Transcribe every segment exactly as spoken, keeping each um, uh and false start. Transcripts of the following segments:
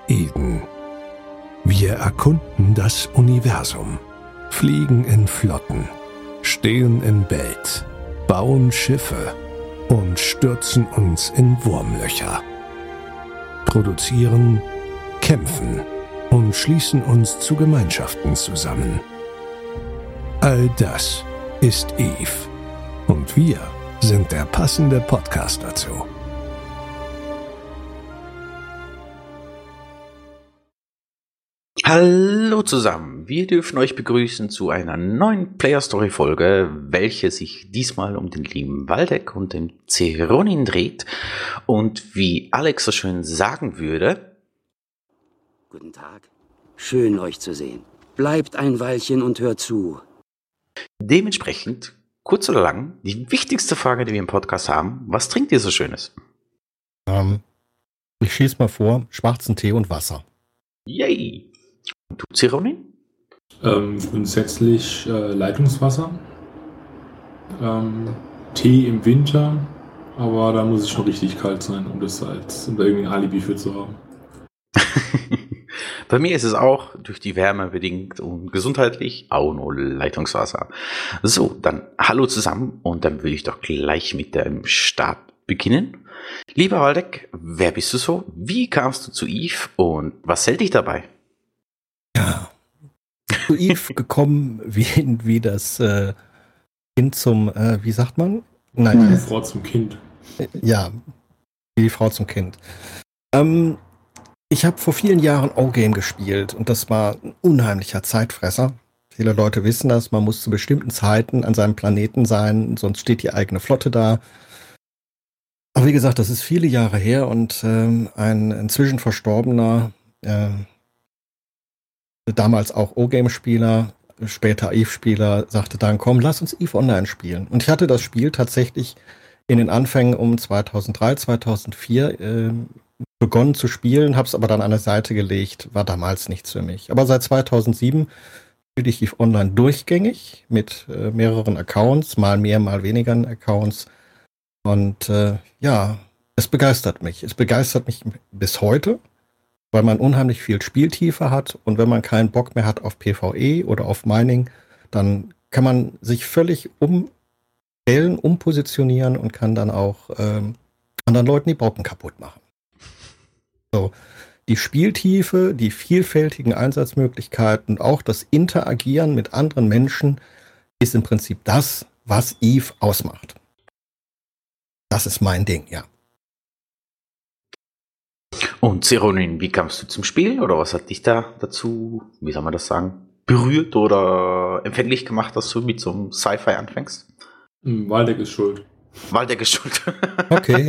Eden. Wir erkunden das Universum, fliegen in Flotten, stehen in Belt, bauen Schiffe und stürzen uns in Wurmlöcher. Produzieren, kämpfen und schließen uns zu Gemeinschaften zusammen. All das ist Eve. Und wir sind der passende Podcast dazu. Hallo zusammen, wir dürfen euch begrüßen zu einer neuen Player Story Folge, welche sich diesmal um den lieben Waldeck und den Zeronin dreht. Und wie Alex so schön sagen würde: Guten Tag, schön euch zu sehen. Bleibt ein Weilchen und hört zu. Dementsprechend, kurz oder lang, die wichtigste Frage, die wir im Podcast haben: Was trinkt ihr so Schönes? Ähm, ich schieß mal vor, schwarzen Tee und Wasser. Yay! Und du, Zeronin? Ähm, grundsätzlich äh, Leitungswasser. Ähm, Tee im Winter, aber da muss es schon richtig kalt sein, um das als um da irgendwie ein Alibi für zu haben. Bei mir ist es auch durch die Wärme bedingt und gesundheitlich auch nur Leitungswasser. So, dann hallo zusammen und dann würde ich doch gleich mit dem Start beginnen. Lieber Waldeck, wer bist du so? Wie kamst du zu Eve und was hält dich dabei? Ja, zu Eve gekommen wie, wie das äh, Kind zum, äh, wie sagt man? Nein, Die Frau zum Kind. Ja, wie die Frau zum Kind. Ähm, ich habe vor vielen Jahren O-Game gespielt und das war ein unheimlicher Zeitfresser. Viele Leute wissen das, man muss zu bestimmten Zeiten an seinem Planeten sein, sonst steht die eigene Flotte da. Aber wie gesagt, das ist viele Jahre her und ähm, ein inzwischen verstorbener, äh, damals auch O-Game-Spieler, später Eve-Spieler, sagte dann, komm, lass uns Eve Online spielen. Und ich hatte das Spiel tatsächlich in den Anfängen um zweitausenddrei, zweitausendvier äh, begonnen zu spielen, habe es aber dann an der Seite gelegt, war damals nichts für mich. Aber seit zweitausendsieben spiele ich Eve Online durchgängig mit äh, mehreren Accounts, mal mehr, mal weniger Accounts. Und äh, ja, es begeistert mich. Es begeistert mich bis heute, weil man unheimlich viel Spieltiefe hat. Und wenn man keinen Bock mehr hat auf PvE oder auf Mining, dann kann man sich völlig umstellen, umpositionieren und kann dann auch ähm, anderen Leuten die Brocken kaputt machen. So, die Spieltiefe, die vielfältigen Einsatzmöglichkeiten, auch das Interagieren mit anderen Menschen ist im Prinzip das, was Eve ausmacht. Das ist mein Ding, ja. Und Zeronin, wie kamst du zum Spiel oder was hat dich da dazu, wie soll man das sagen, berührt oder empfänglich gemacht, dass du mit so einem Sci-Fi anfängst? Waldeck ist schuld. Waldeck ist schuld. Okay.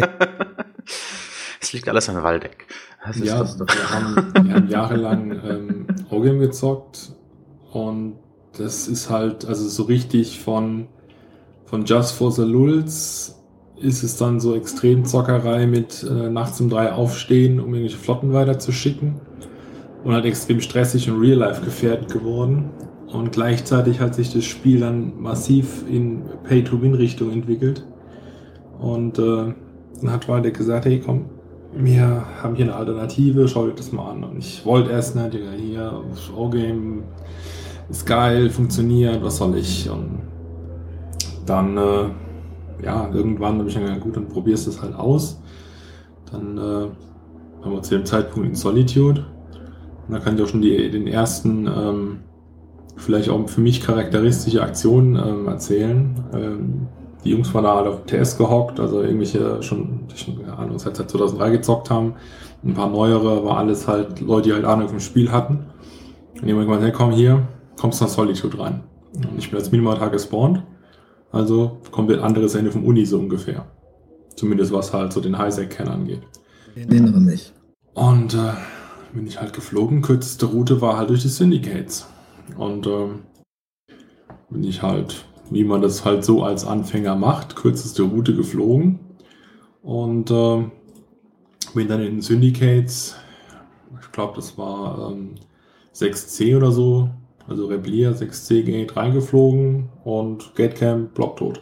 Es liegt alles an Waldeck. Das ist Ja, das doch. wir haben, wir haben jahrelang ähm, O-Game gezockt und das ist halt, also so richtig von, von Just for the Lulz ist es dann so extrem Zockerei mit äh, nachts um drei aufstehen, um irgendwelche Flotten weiterzuschicken und halt extrem stressig und real-life gefährdet geworden. Und gleichzeitig hat sich das Spiel dann massiv in Pay-to-Win-Richtung entwickelt. Und äh, dann hat Waldeck gesagt, hey komm, wir haben hier eine Alternative, schau dir das mal an. Und ich wollte erst nicht, ja, hier, O-Game ist geil, funktioniert, was soll ich? Und dann äh, ja, irgendwann habe ich dann gesagt, gut, dann probierst du es halt aus. Dann äh, haben wir zu dem Zeitpunkt in Solitude. Und da kann ich auch schon die, den ersten, ähm, vielleicht auch für mich charakteristische Aktionen ähm, erzählen. Ähm, die Jungs waren da alle auf T S gehockt, also irgendwelche schon, schon ja, Ahnung, seit zweitausenddrei gezockt haben. Ein paar neuere, war alles halt Leute, die halt Ahnung vom Spiel hatten. Und die haben gesagt, hey, komm hier, kommst nach Solitude rein. Und ich bin als Minimaltag gespawnt. Also komplett anderes Ende vom Uni so ungefähr. Zumindest was halt so den Highsec-Kern angeht. Ich erinnere mich. Und äh, bin ich halt geflogen. Kürzeste Route war halt durch die Syndicates. Und äh, bin ich halt, wie man das halt so als Anfänger macht, kürzeste Route geflogen. Und äh, bin dann in den Syndicates, ich glaube das war ähm, sechs C oder so, also Replier, sechs C Gate reingeflogen und Gatecamp blocktot.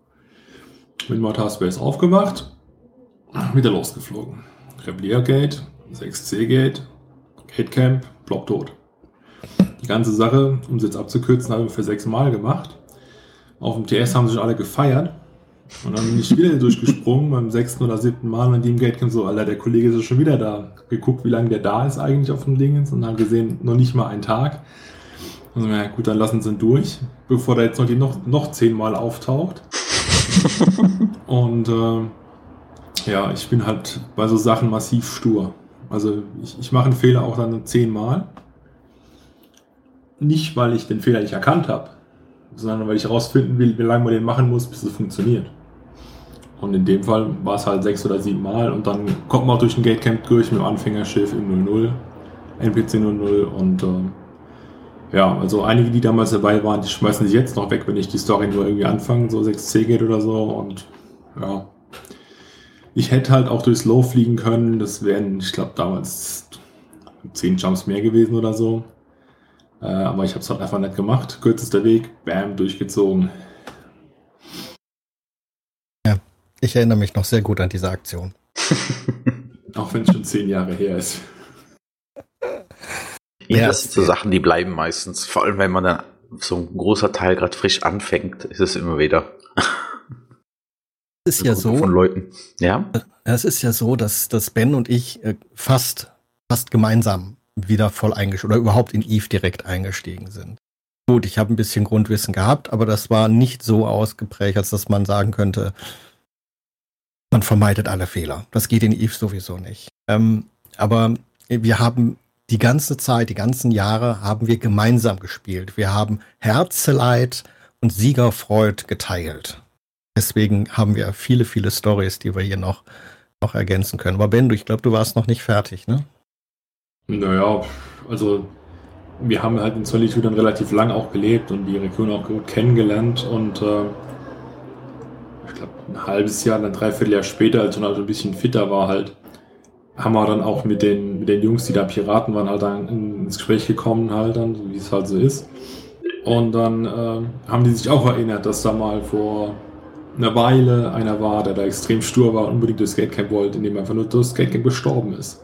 Mit Mortar Space aufgemacht, wieder losgeflogen. Replier Gate, sechs C Gate, Gatecamp, Blob tot. Die ganze Sache, um es jetzt abzukürzen, haben wir für sechs Mal gemacht. Auf dem T S haben sich alle gefeiert. Und dann bin ich wieder durchgesprungen beim sechsten oder siebten Mal und die im Gatecamp so, Alter, der Kollege ist ja schon wieder da. Geguckt, wie lange der da ist eigentlich auf dem Dingens und haben gesehen, noch nicht mal einen Tag. Und so, ja gut, dann lassen sie ihn durch, bevor der jetzt noch, die noch, noch zehnmal auftaucht. Und äh, ja, ich bin halt bei so Sachen massiv stur. Also ich, ich mache einen Fehler auch dann zehnmal. Nicht, weil ich den Fehler nicht erkannt habe, sondern weil ich herausfinden will, wie lange man den machen muss, bis es funktioniert. Und in dem Fall war es halt sechs oder sieben Mal und dann kommt man auch durch den Gatecamp durch mit dem Anfängerschiff im null null, N P C null null und äh, ja, also einige, die damals dabei waren, die schmeißen sich jetzt noch weg, wenn ich die Story nur irgendwie anfange, so sechs C geht oder so und ja. Ich hätte halt auch durchs Low fliegen können, das wären, ich glaube, damals zehn Jumps mehr gewesen oder so. Äh, aber ich habe es halt einfach nicht gemacht. Kürzester Weg, bam, durchgezogen. Ja, ich erinnere mich noch sehr gut an diese Aktion. Auch wenn es schon zehn Jahre her ist. Ja, das sind so Sachen, die bleiben meistens. Vor allem, wenn man dann so ein großer Teil gerade frisch anfängt, ist es immer wieder. Es ist ja so, von Leuten. Ja? Es ist ja so, dass, dass Ben und ich fast, fast gemeinsam wieder voll eingestiegen oder überhaupt in Eve direkt eingestiegen sind. Gut, ich habe ein bisschen Grundwissen gehabt, aber das war nicht so ausgeprägt, als dass man sagen könnte, man vermeidet alle Fehler. Das geht in Eve sowieso nicht. Ähm, aber wir haben die ganze Zeit, die ganzen Jahre haben wir gemeinsam gespielt. Wir haben Herzeleid und Siegerfreud geteilt. Deswegen haben wir viele, viele Storys, die wir hier noch, noch ergänzen können. Aber Ben, ich glaube, du warst noch nicht fertig, ne? Naja, also wir haben halt in Solitude dann relativ lang auch gelebt und die Region auch gut kennengelernt und äh, ich glaube ein halbes Jahr, dann dreiviertel Jahr später, als ich dann halt ein bisschen fitter war halt, haben wir dann auch mit den, mit den Jungs, die da Piraten waren, halt dann ins Gespräch gekommen halt dann, wie es halt so ist. Und dann äh, haben die sich auch erinnert, dass da mal vor einer Weile einer war, der da extrem stur war und unbedingt durchs Gatecamp wollte, indem er einfach nur durchs Gatecamp gestorben ist.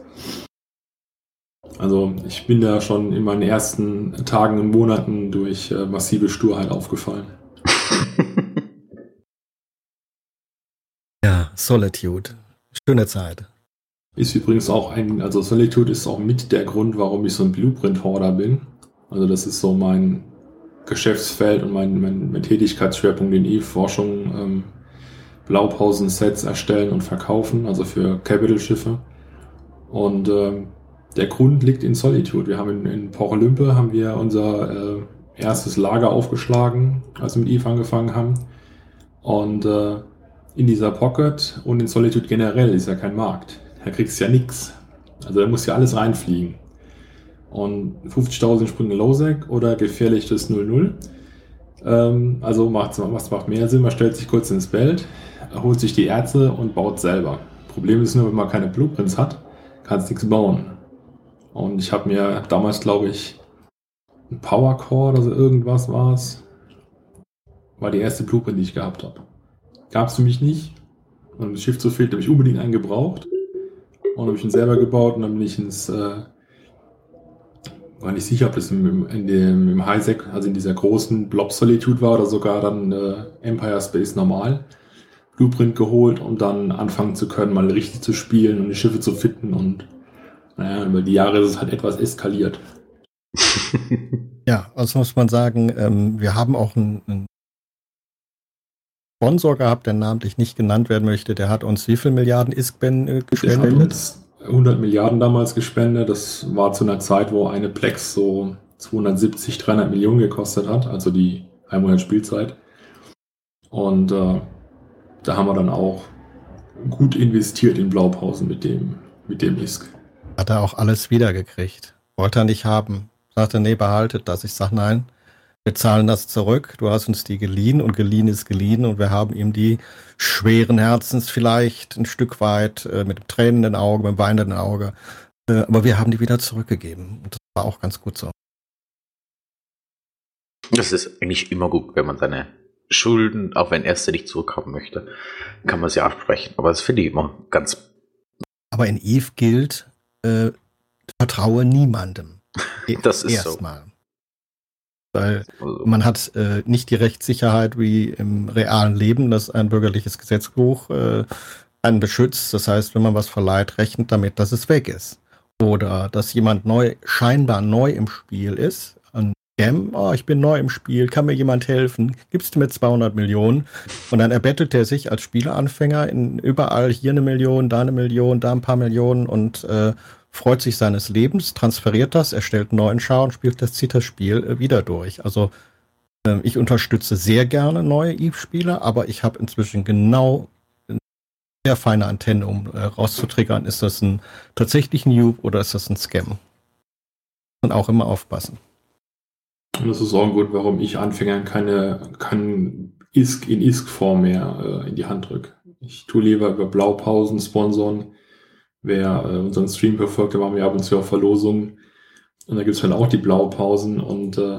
Also ich bin da schon in meinen ersten Tagen und Monaten durch äh, massive Sturheit aufgefallen. Ja, Solitude. Schöne Zeit. Ist übrigens auch ein, also Solitude ist auch mit der Grund, warum ich so ein Blueprint-Horder bin. Also das ist so mein Geschäftsfeld und mein, mein, mein Tätigkeitsschwerpunkt in Eve-Forschung. Ähm, Blaupausen-Sets erstellen und verkaufen, also für Capital-Schiffe. Und ähm, der Grund liegt in Solitude. Wir haben in, in Port Olympe haben wir unser äh, erstes Lager aufgeschlagen, als wir mit Eve angefangen haben. Und äh, in dieser Pocket und in Solitude generell ist ja kein Markt. Da kriegst du ja nichts. Also da muss ja alles reinfliegen. Und fünfzigtausend Sprünge Lowsec oder gefährliches null null. Ähm, also macht was macht mehr Sinn. Man stellt sich kurz ins Bild, holt sich die Erze und baut selber. Problem ist nur, wenn man keine Blueprints hat, kannst nichts bauen. Und ich habe mir damals, glaube ich, ein Power Core oder so irgendwas war es. War die erste Blueprint, die ich gehabt habe. Gab es für mich nicht. Und das Schiff zu fehlt, habe ich unbedingt einen gebraucht. Und habe ich ihn selber gebaut und dann bin ich ins, äh, war nicht sicher, ob das im, in dem, im Highsec, also in dieser großen Blob Solitude war oder sogar dann äh, Empire Space normal. Blueprint geholt, um dann anfangen zu können, mal richtig zu spielen und die Schiffe zu fitten und naja, über die Jahre ist es halt etwas eskaliert. Ja, also muss man sagen, ähm, wir haben auch einen, einen Sponsor gehabt, der namentlich nicht genannt werden möchte. Der hat uns wie viel Milliarden I S K-Ben äh, gespendet? Der hat uns hundert Milliarden damals gespendet. Das war zu einer Zeit, wo eine Plex so zweihundertsiebzig, dreihundert Millionen gekostet hat, also die hundert Spielzeit. Und äh, da haben wir dann auch gut investiert in Blaupausen mit dem, mit dem I S K. Hat er auch alles wiedergekriegt. Wollte er nicht haben. Sagte, nee, behaltet das. Ich sag, nein, wir zahlen das zurück. Du hast uns die geliehen und geliehen ist geliehen und wir haben ihm die schweren Herzens vielleicht ein Stück weit äh, mit Tränen in den Augen, mit weinenden Auge. Äh, aber wir haben die wieder zurückgegeben. Und das war auch ganz gut so. Das ist eigentlich immer gut, wenn man seine Schulden, auch wenn er sie nicht zurückhaben möchte, kann man sie absprechen. Aber das finde ich immer ganz. Aber in Eve gilt, äh, vertraue niemandem. Das ist Erstmal. So. Weil man hat äh, nicht die Rechtssicherheit wie im realen Leben, dass ein bürgerliches Gesetzbuch äh, einen beschützt. Das heißt, wenn man was verleiht, rechnet damit, dass es weg ist. Oder dass jemand neu, scheinbar neu im Spiel ist. Ein Scam, oh, ich bin neu im Spiel, kann mir jemand helfen? Gibst du mir zweihundert Millionen? Und dann erbettelt er sich als Spieleanfänger in überall hier eine Million, da eine Million, da ein paar Millionen und äh, freut sich seines Lebens, transferiert das, erstellt einen neuen Char und spielt das, zieht das Spiel äh, wieder durch. Also äh, ich unterstütze sehr gerne neue Eve-Spieler, aber ich habe inzwischen genau eine sehr feine Antenne, um äh, rauszutriggern, ist das ein tatsächlich ein Noob oder ist das ein Scam? Und auch immer aufpassen. Und das ist auch ein Grund, warum ich Anfängern keine, kein I S K in I S K-Form mehr äh, in die Hand drücke. Ich tue lieber über Blaupausen sponsoren. Wer äh, unseren Stream verfolgt, da machen wir ab und zu auf Verlosungen. Und da gibt es halt auch die Blaupausen. Und äh,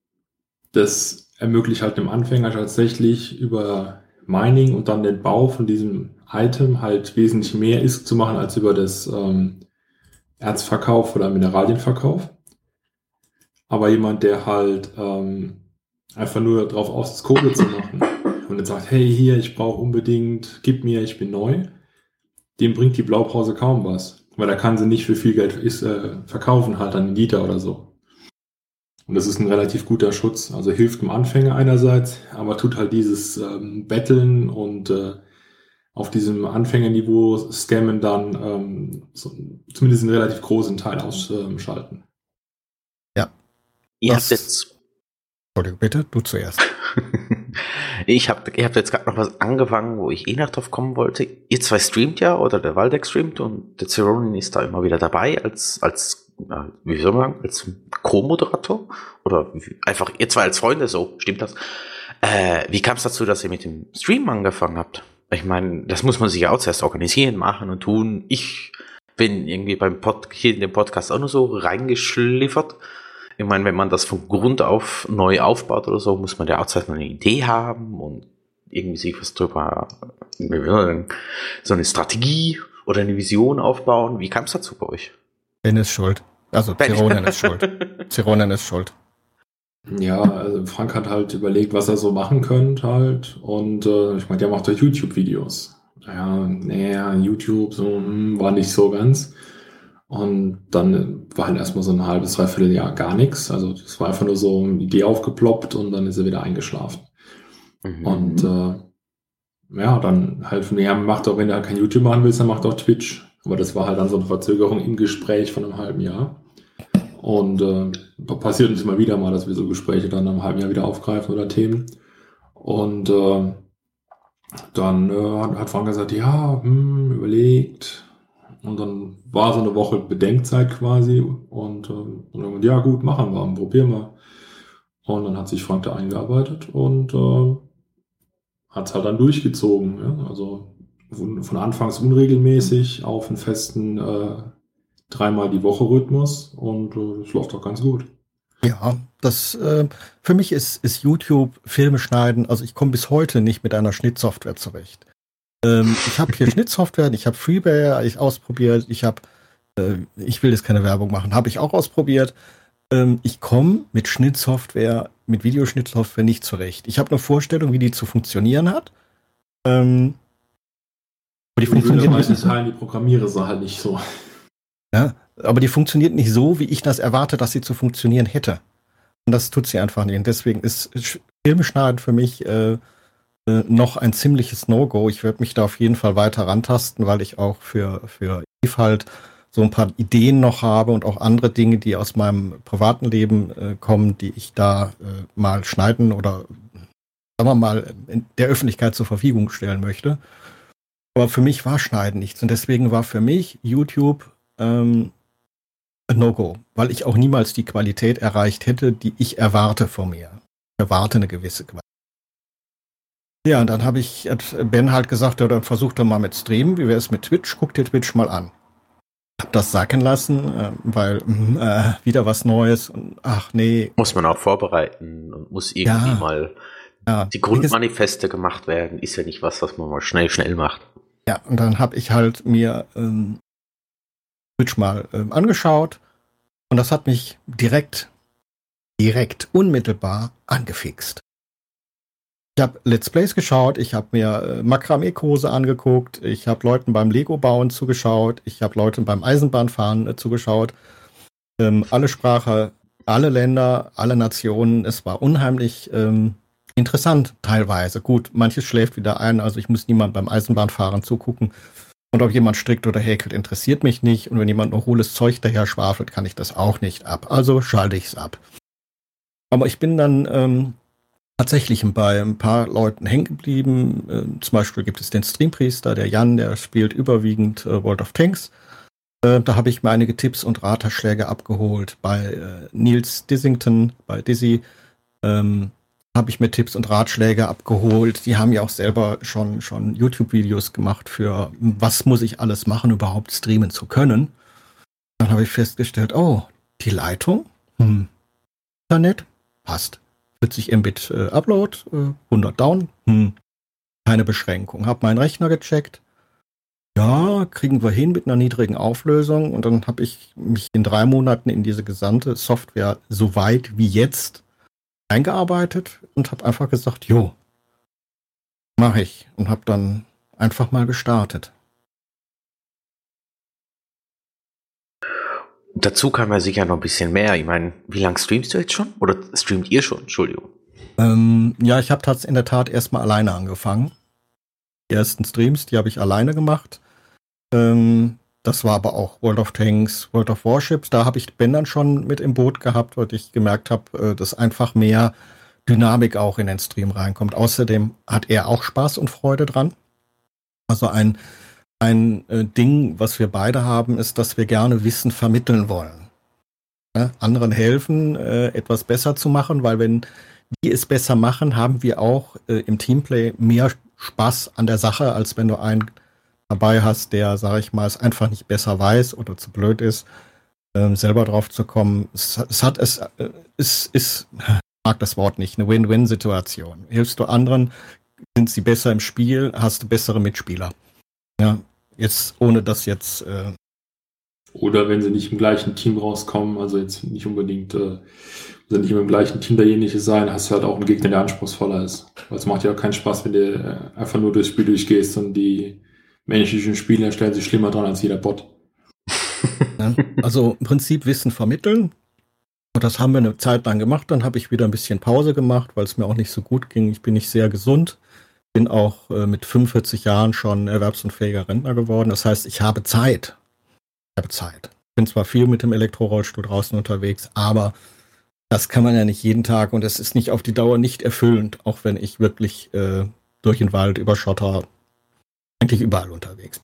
das ermöglicht halt dem Anfänger tatsächlich über Mining und dann den Bau von diesem Item halt wesentlich mehr I S K zu machen als über das ähm, Erzverkauf oder Mineralienverkauf. Aber jemand, der halt ähm, einfach nur drauf aus ist, Kohle zu machen und dann sagt, hey, hier, ich brauche unbedingt, gib mir, ich bin neu, dem bringt die Blaupause kaum was. Weil da kann sie nicht für viel Geld ist, äh, verkaufen, halt an den Dieter oder so. Und das ist ein relativ guter Schutz. Also hilft dem Anfänger einerseits, aber tut halt dieses ähm, Betteln und äh, auf diesem Anfängerniveau Scammen dann ähm, so, zumindest einen relativ großen Teil ausschalten. Ja. Ihr habt jetzt... Entschuldigung, bitte, du zuerst. ich habe ihr habt jetzt gerade noch was angefangen, wo ich eh noch drauf kommen wollte. Ihr zwei streamt ja, oder der Waldeck streamt und der Zeronin ist da immer wieder dabei als, als äh, wie soll man sagen, als Co-Moderator? Oder einfach ihr zwei als Freunde, so, stimmt das? Äh, wie kam es dazu, dass ihr mit dem Stream angefangen habt? Ich meine, das muss man sich ja auch zuerst organisieren, machen und tun. Ich bin irgendwie beim Pod, hier in dem Podcast auch nur so reingeschliffert. Ich meine, wenn man das von Grund auf neu aufbaut oder so, muss man ja auch zuerst mal eine Idee haben und irgendwie sich was drüber, so eine Strategie oder eine Vision aufbauen. Wie kam es dazu bei euch? Ben ist schuld. Also Zeronin ist schuld. Zeronin ist schuld. Ja, also Frank hat halt überlegt, was er so machen könnte halt. Und äh, ich meine, der macht doch YouTube-Videos. Ja, naja, YouTube so hm, war nicht so ganz. Und dann war halt erstmal so ein halbes, dreiviertel Jahr gar nichts. Also das war einfach nur so eine Idee aufgeploppt und dann ist er wieder eingeschlafen. Mhm. Und äh, ja, dann halt von mir, macht auch, wenn du halt kein YouTube machen willst, dann macht auch Twitch. Aber das war halt dann so eine Verzögerung im Gespräch von einem halben Jahr. Und äh, passiert uns immer wieder mal, dass wir so Gespräche dann nach einem halben Jahr wieder aufgreifen oder Themen. Und äh, dann äh, hat, hat Frank gesagt, ja, hm, überlegt. Und dann war so eine Woche Bedenkzeit quasi. Und, äh, und dann, ja gut, machen wir, probieren wir. Und dann hat sich Frank da eingearbeitet und äh, hat es halt dann durchgezogen. Ja? Also von, von anfangs unregelmäßig auf einen festen äh, dreimal die Woche Rhythmus und äh, das läuft auch ganz gut. Ja, das äh, für mich ist, ist YouTube Filme schneiden, also ich komme bis heute nicht mit einer Schnittsoftware zurecht. Ähm, ich habe hier Schnittsoftware, ich habe Freeware, ich ausprobiert, ich habe, äh, ich will jetzt keine Werbung machen, habe ich auch ausprobiert. Ähm, ich komme mit Schnittsoftware, mit Videoschnittsoftware nicht zurecht. Ich habe eine Vorstellung, wie die zu funktionieren hat. Ähm, aber die funktioniert nicht. Die Teilen, die programmiere sie halt nicht so. Ja, aber die funktioniert nicht so, wie ich das erwarte, dass sie zu funktionieren hätte. Und das tut sie einfach nicht. Und deswegen ist Filmschneiden für mich äh, äh, noch ein ziemliches No-Go. Ich werde mich da auf jeden Fall weiter rantasten, weil ich auch für, für Eve halt so ein paar Ideen noch habe und auch andere Dinge, die aus meinem privaten Leben äh, kommen, die ich da äh, mal schneiden oder, sagen wir mal, in der Öffentlichkeit zur Verfügung stellen möchte. Aber für mich war Schneiden nichts. Und deswegen war für mich YouTube ähm, ein No-Go, weil ich auch niemals die Qualität erreicht hätte, die ich erwarte von mir. Ich erwarte eine gewisse Qualität. Ja, und dann habe ich Ben halt gesagt, ja, dann versuch doch mal mit Streamen. Wie wäre es mit Twitch? Guck dir Twitch mal an. Hab das sacken lassen, äh, weil äh, wieder was Neues und ach nee. Muss man auch vorbereiten und muss irgendwie ja, mal ja, die Grundmanifeste gemacht werden. Ist ja nicht was, was man mal schnell, schnell macht. Ja, und dann habe ich halt mir ähm, Twitch mal äh, angeschaut und das hat mich direkt, direkt, unmittelbar angefixt. Ich habe Let's Plays geschaut, ich habe mir äh, Makramee-Kurse angeguckt, ich habe Leuten beim Lego-Bauen zugeschaut, ich habe Leuten beim Eisenbahnfahren äh, zugeschaut. Ähm, alle Sprache, alle Länder, alle Nationen. Es war unheimlich ähm, interessant teilweise. Gut, manches schläft wieder ein, also ich muss niemand beim Eisenbahnfahren zugucken. Und ob jemand strickt oder häkelt, interessiert mich nicht. Und wenn jemand noch hohles Zeug daher schwafelt, kann ich das auch nicht ab. Also schalte ich es ab. Aber ich bin dann ähm, tatsächlich bei ein paar Leuten hängen geblieben. Äh, zum Beispiel gibt es den Streampriester, der Jan, der spielt überwiegend äh, World of Tanks. Äh, da habe ich mir einige Tipps und Ratschläge abgeholt. Bei äh, Nils Dissington, bei Dizzy, ähm, habe ich mir Tipps und Ratschläge abgeholt. Die haben ja auch selber schon, schon YouTube-Videos gemacht für, was muss ich alles machen, überhaupt streamen zu können. Dann habe ich festgestellt, oh, die Leitung, hm, Internet, passt. vierzig Mbit äh, Upload, äh, hundert Down, hm, keine Beschränkung. Hab meinen Rechner gecheckt. Ja, kriegen wir hin mit einer niedrigen Auflösung. Und dann habe ich mich in drei Monaten in diese gesamte Software so weit wie jetzt eingearbeitet und habe einfach gesagt, jo, mache ich. Und habe dann einfach mal gestartet. Dazu kann man sicher noch ein bisschen mehr. Ich meine, wie lange streamst du jetzt schon? Oder streamt ihr schon? Entschuldigung. Ähm, ja, ich habe tatsächlich in der Tat erstmal alleine angefangen. Die ersten Streams, die habe ich alleine gemacht. Ähm, das war aber auch World of Tanks, World of Warships. Da habe ich Ben dann schon mit im Boot gehabt, weil ich gemerkt habe, dass einfach mehr Dynamik auch in den Stream reinkommt. Außerdem hat er auch Spaß und Freude dran. Also ein Ein äh, Ding, was wir beide haben, ist, dass wir gerne Wissen vermitteln wollen. Ja, anderen helfen, äh, etwas besser zu machen, weil wenn die es besser machen, haben wir auch äh, im Teamplay mehr Spaß an der Sache, als wenn du einen dabei hast, der, sag ich mal, es einfach nicht besser weiß oder zu blöd ist, äh, selber drauf zu kommen. Es, es hat es äh, ist, ist, ich mag das Wort nicht, eine Win-Win-Situation. Hilfst du anderen, sind sie besser im Spiel, hast du bessere Mitspieler. Ja, jetzt ohne das jetzt. Äh Oder wenn sie nicht im gleichen Team rauskommen, also jetzt nicht unbedingt, äh, also nicht immer im gleichen Team derjenige sein, hast du halt auch einen Gegner, der anspruchsvoller ist. Weil es macht ja auch keinen Spaß, wenn du äh, einfach nur durchs Spiel durchgehst und die menschlichen Spieler stellen sich schlimmer dran als jeder Bot. Ja, also im Prinzip Wissen vermitteln. Und das haben wir eine Zeit lang gemacht. Dann habe ich wieder ein bisschen Pause gemacht, weil es mir auch nicht so gut ging. Ich bin nicht sehr gesund. Bin auch äh, mit fünfundvierzig Jahren schon erwerbsunfähiger Rentner geworden. Das heißt, ich habe Zeit. Ich habe Zeit. Bin zwar viel mit dem Elektrorollstuhl draußen unterwegs, aber das kann man ja nicht jeden Tag und es ist nicht auf die Dauer nicht erfüllend, auch wenn ich wirklich äh, durch den Wald, über Schotter, eigentlich überall unterwegs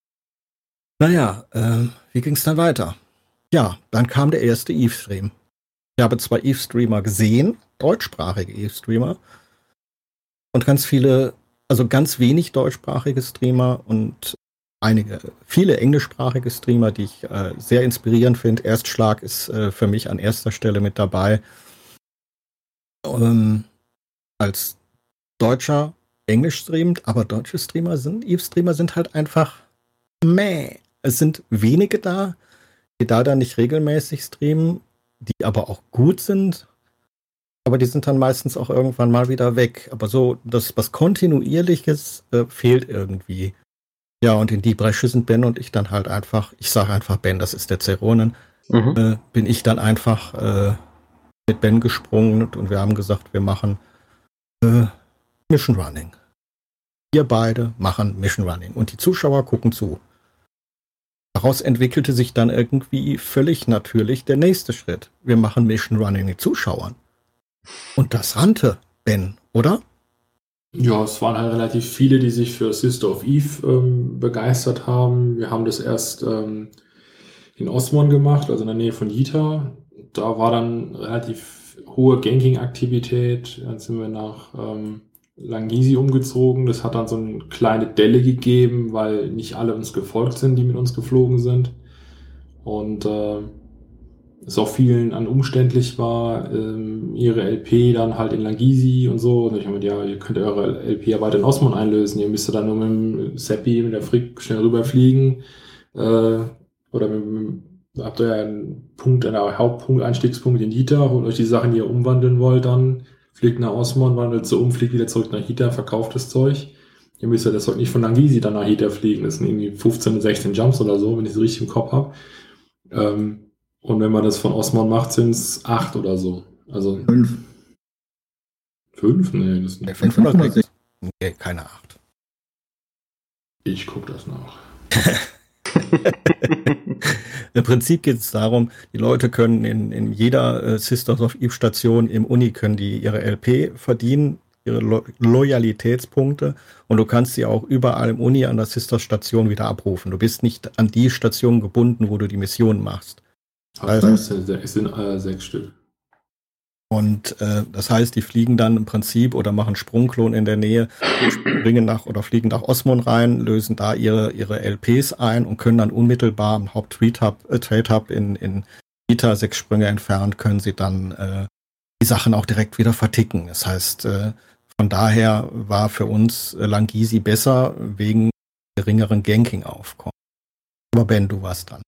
bin. Naja, äh, wie ging es dann weiter? Ja, dann kam der erste Eve-Stream. Ich habe zwei Eve-Streamer gesehen, deutschsprachige Eve-Streamer und ganz viele, also ganz wenig deutschsprachige Streamer und einige, viele englischsprachige Streamer, die ich äh, sehr inspirierend finde. Erstschlag ist äh, für mich an erster Stelle mit dabei. Ähm, als Deutscher Englisch streamt, aber deutsche Streamer sind, Eve-Streamer sind halt einfach meh. Es sind wenige da, die da dann nicht regelmäßig streamen, die aber auch gut sind. Aber die sind dann meistens auch irgendwann mal wieder weg. Aber so, das was Kontinuierliches äh, fehlt irgendwie. Ja, und in die Bresche sind Ben und ich dann halt einfach, ich sage einfach Ben, das ist der Zeronen, mhm. äh, bin ich dann einfach äh, mit Ben gesprungen und, und wir haben gesagt, wir machen äh, Mission Running. Wir beide machen Mission Running und die Zuschauer gucken zu. Daraus entwickelte sich dann irgendwie völlig natürlich der nächste Schritt. Wir machen Mission Running mit Zuschauern. Und das rannte, Ben, oder? Ja, es waren halt relativ viele, die sich für Sister of Eve ähm, begeistert haben. Wir haben das erst ähm, in Osmond gemacht, also in der Nähe von Jita. Da war dann relativ hohe Ganking-Aktivität. Dann sind wir nach ähm, Langisi umgezogen. Das hat dann so eine kleine Delle gegeben, weil nicht alle uns gefolgt sind, die mit uns geflogen sind. Und äh, es auch vielen an umständlich war, ähm, ihre L P dann halt in Langisi und so. Und ich habe mir ja, ihr könnt eure L P ja weiter in Osmond einlösen. Ihr müsst dann nur mit dem Seppi, mit der Frick schnell rüberfliegen äh, oder mit, mit, habt ihr einen Punkt, einen Hauptpunkt, Einstiegspunkt in Hita, holt euch die Sachen, die ihr umwandeln wollt, dann fliegt nach Osmond, wandelt so um, fliegt wieder zurück nach Hita, verkauft das Zeug. Ihr müsst ja das Zeug nicht von Langisi dann nach Hita fliegen, das sind irgendwie fünfzehn, sechzehn Jumps oder so, wenn ich es richtig im Kopf habe. Ähm, und wenn man das von Osmond macht, sind es acht oder so. Also Fünf. Fünf? Nee, das Nee, nicht. fünf oder sechs? Nee, keine acht. Ich gucke das nach. Im Prinzip geht es darum, die Leute können in, in jeder äh, Sisters of Eve Station im Uni können die ihre L P verdienen, ihre Lo- Loyalitätspunkte, und du kannst sie auch überall im Uni an der Sisters Station wieder abrufen. Du bist nicht an die Station gebunden, wo du die Mission machst. Also, es sind, es sind äh, sechs Stück. Und äh, das heißt, die fliegen dann im Prinzip oder machen Sprungklon in der Nähe, springen nach oder fliegen nach Osmond rein, lösen da ihre ihre L Ps ein und können dann unmittelbar am Haupt-Trade-Hub äh, Trade-Hub in in Hita sechs Sprünge entfernt, können sie dann äh, die Sachen auch direkt wieder verticken. Das heißt, äh, von daher war für uns äh, Langisi besser wegen geringeren Ganking-Aufkommen. Aber Ben, du warst dran.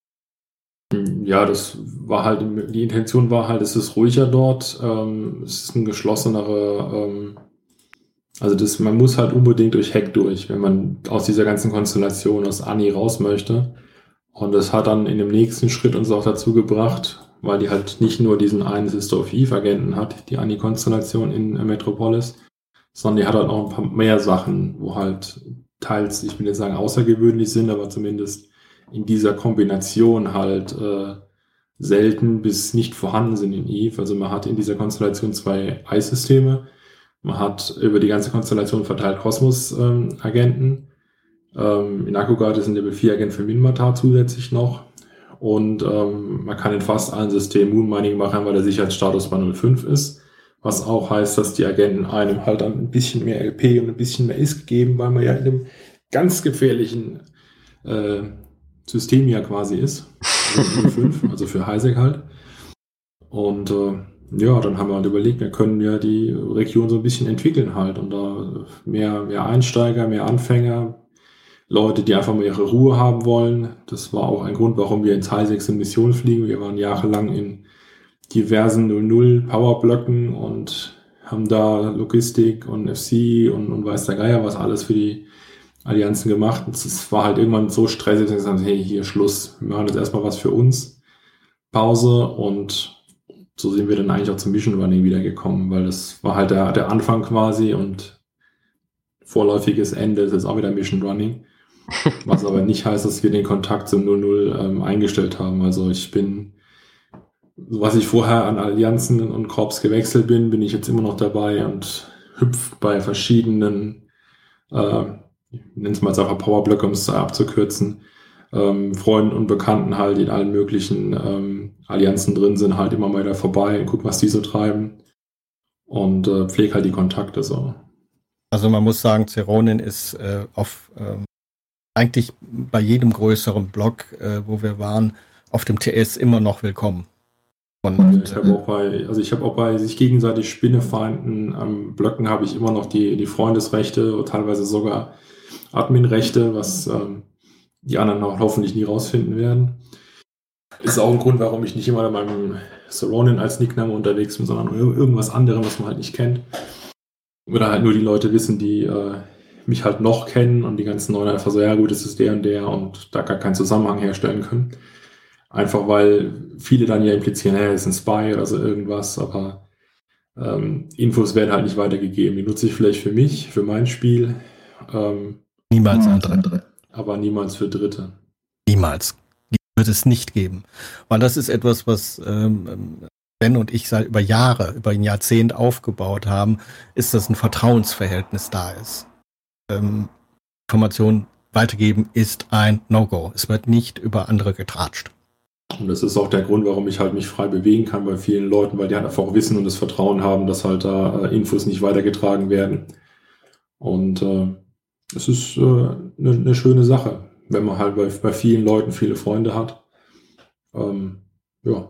Ja, das war halt, die Intention war halt, es ist ruhiger dort, ähm, es ist ein geschlossenere, ähm, also das, man muss halt unbedingt durch Heck durch, wenn man aus dieser ganzen Konstellation aus Annie raus möchte. Und das hat dann in dem nächsten Schritt uns auch dazu gebracht, weil die halt nicht nur diesen einen Sister of Eve Agenten hat, die Annie-Konstellation in äh, Metropolis, sondern die hat halt auch ein paar mehr Sachen, wo halt teils, ich will jetzt sagen, außergewöhnlich sind, aber zumindest in dieser Kombination halt äh, selten bis nicht vorhanden sind in Eve. Also man hat in dieser Konstellation zwei Eissysteme. Man hat über die ganze Konstellation verteilt Kosmos-Agenten. Ähm, in Akkugat ist ein Level vier Agent für Minmatar zusätzlich noch. Und ähm, man kann in fast allen Systemen Moonmining machen, weil der Sicherheitsstatus bei null Komma fünf ist. Was auch heißt, dass die Agenten einem halt dann ein bisschen mehr L P und ein bisschen mehr I S K geben, weil man ja in einem ganz gefährlichen äh, System ja quasi ist. Also null Komma fünf, also für Highsec halt. Und äh, ja, dann haben wir halt überlegt, wir können ja die Region so ein bisschen entwickeln halt. Und da mehr, mehr Einsteiger, mehr Anfänger, Leute, die einfach mal ihre Ruhe haben wollen. Das war auch ein Grund, warum wir ins Highsec in Mission fliegen. Wir waren jahrelang in diversen null null Powerblöcken und haben da Logistik und F C und, und weiß der Geier was alles für die Allianzen gemacht. Es war halt irgendwann so stressig, dass wir gesagt haben, hey, hier Schluss. Wir machen jetzt erstmal was für uns. Pause, und so sind wir dann eigentlich auch zum Mission Running wiedergekommen, weil das war halt der, der Anfang quasi und vorläufiges Ende ist jetzt auch wieder Mission Running. Was aber nicht heißt, dass wir den Kontakt zum null null ähm, eingestellt haben. Also ich bin, was ich vorher an Allianzen und Korps gewechselt bin, bin ich jetzt immer noch dabei und hüpf bei verschiedenen äh, ich nenne es mal jetzt einfach Powerblöcke, um es abzukürzen, ähm, Freunden und Bekannten halt, die in allen möglichen ähm, Allianzen drin sind, halt immer mal wieder vorbei und guck, was die so treiben, und äh, pflege halt die Kontakte so. Also man muss sagen, Zeronin ist äh, auf ähm, eigentlich bei jedem größeren Block, äh, wo wir waren, auf dem T S immer noch willkommen. Und, ich habe auch bei, also ich habe auch bei sich gegenseitig Spinnefeinden am Blöcken habe ich immer noch die, die Freundesrechte, teilweise sogar Adminrechte, was ähm, die anderen auch hoffentlich nie rausfinden werden. Ist auch ein Grund, warum ich nicht immer in meinem Zeronin als Nickname unterwegs bin, sondern irgendwas anderem, was man halt nicht kennt. Oder halt nur die Leute wissen, die äh, mich halt noch kennen, und die ganzen Neuen einfach so, ja gut, das ist der und der, und da gar keinen Zusammenhang herstellen können. Einfach weil viele dann ja implizieren, hey, das ist ein Spy oder so irgendwas, aber ähm, Infos werden halt nicht weitergegeben. Die nutze ich vielleicht für mich, für mein Spiel. Ähm, niemals andere. Aber niemals für Dritte. Niemals. Die wird es nicht geben. Weil das ist etwas, was ähm, Ben und ich seit über Jahre, über ein Jahrzehnt aufgebaut haben, ist, dass ein Vertrauensverhältnis da ist. Ähm, Informationen weitergeben ist ein No-Go. Es wird nicht über andere getratscht. Und das ist auch der Grund, warum ich halt mich frei bewegen kann bei vielen Leuten, weil die halt einfach auch wissen und das Vertrauen haben, dass halt da äh, Infos nicht weitergetragen werden. Und äh, es ist eine äh, ne, ne schöne Sache, wenn man halt bei, bei vielen Leuten viele Freunde hat. Ähm, ja.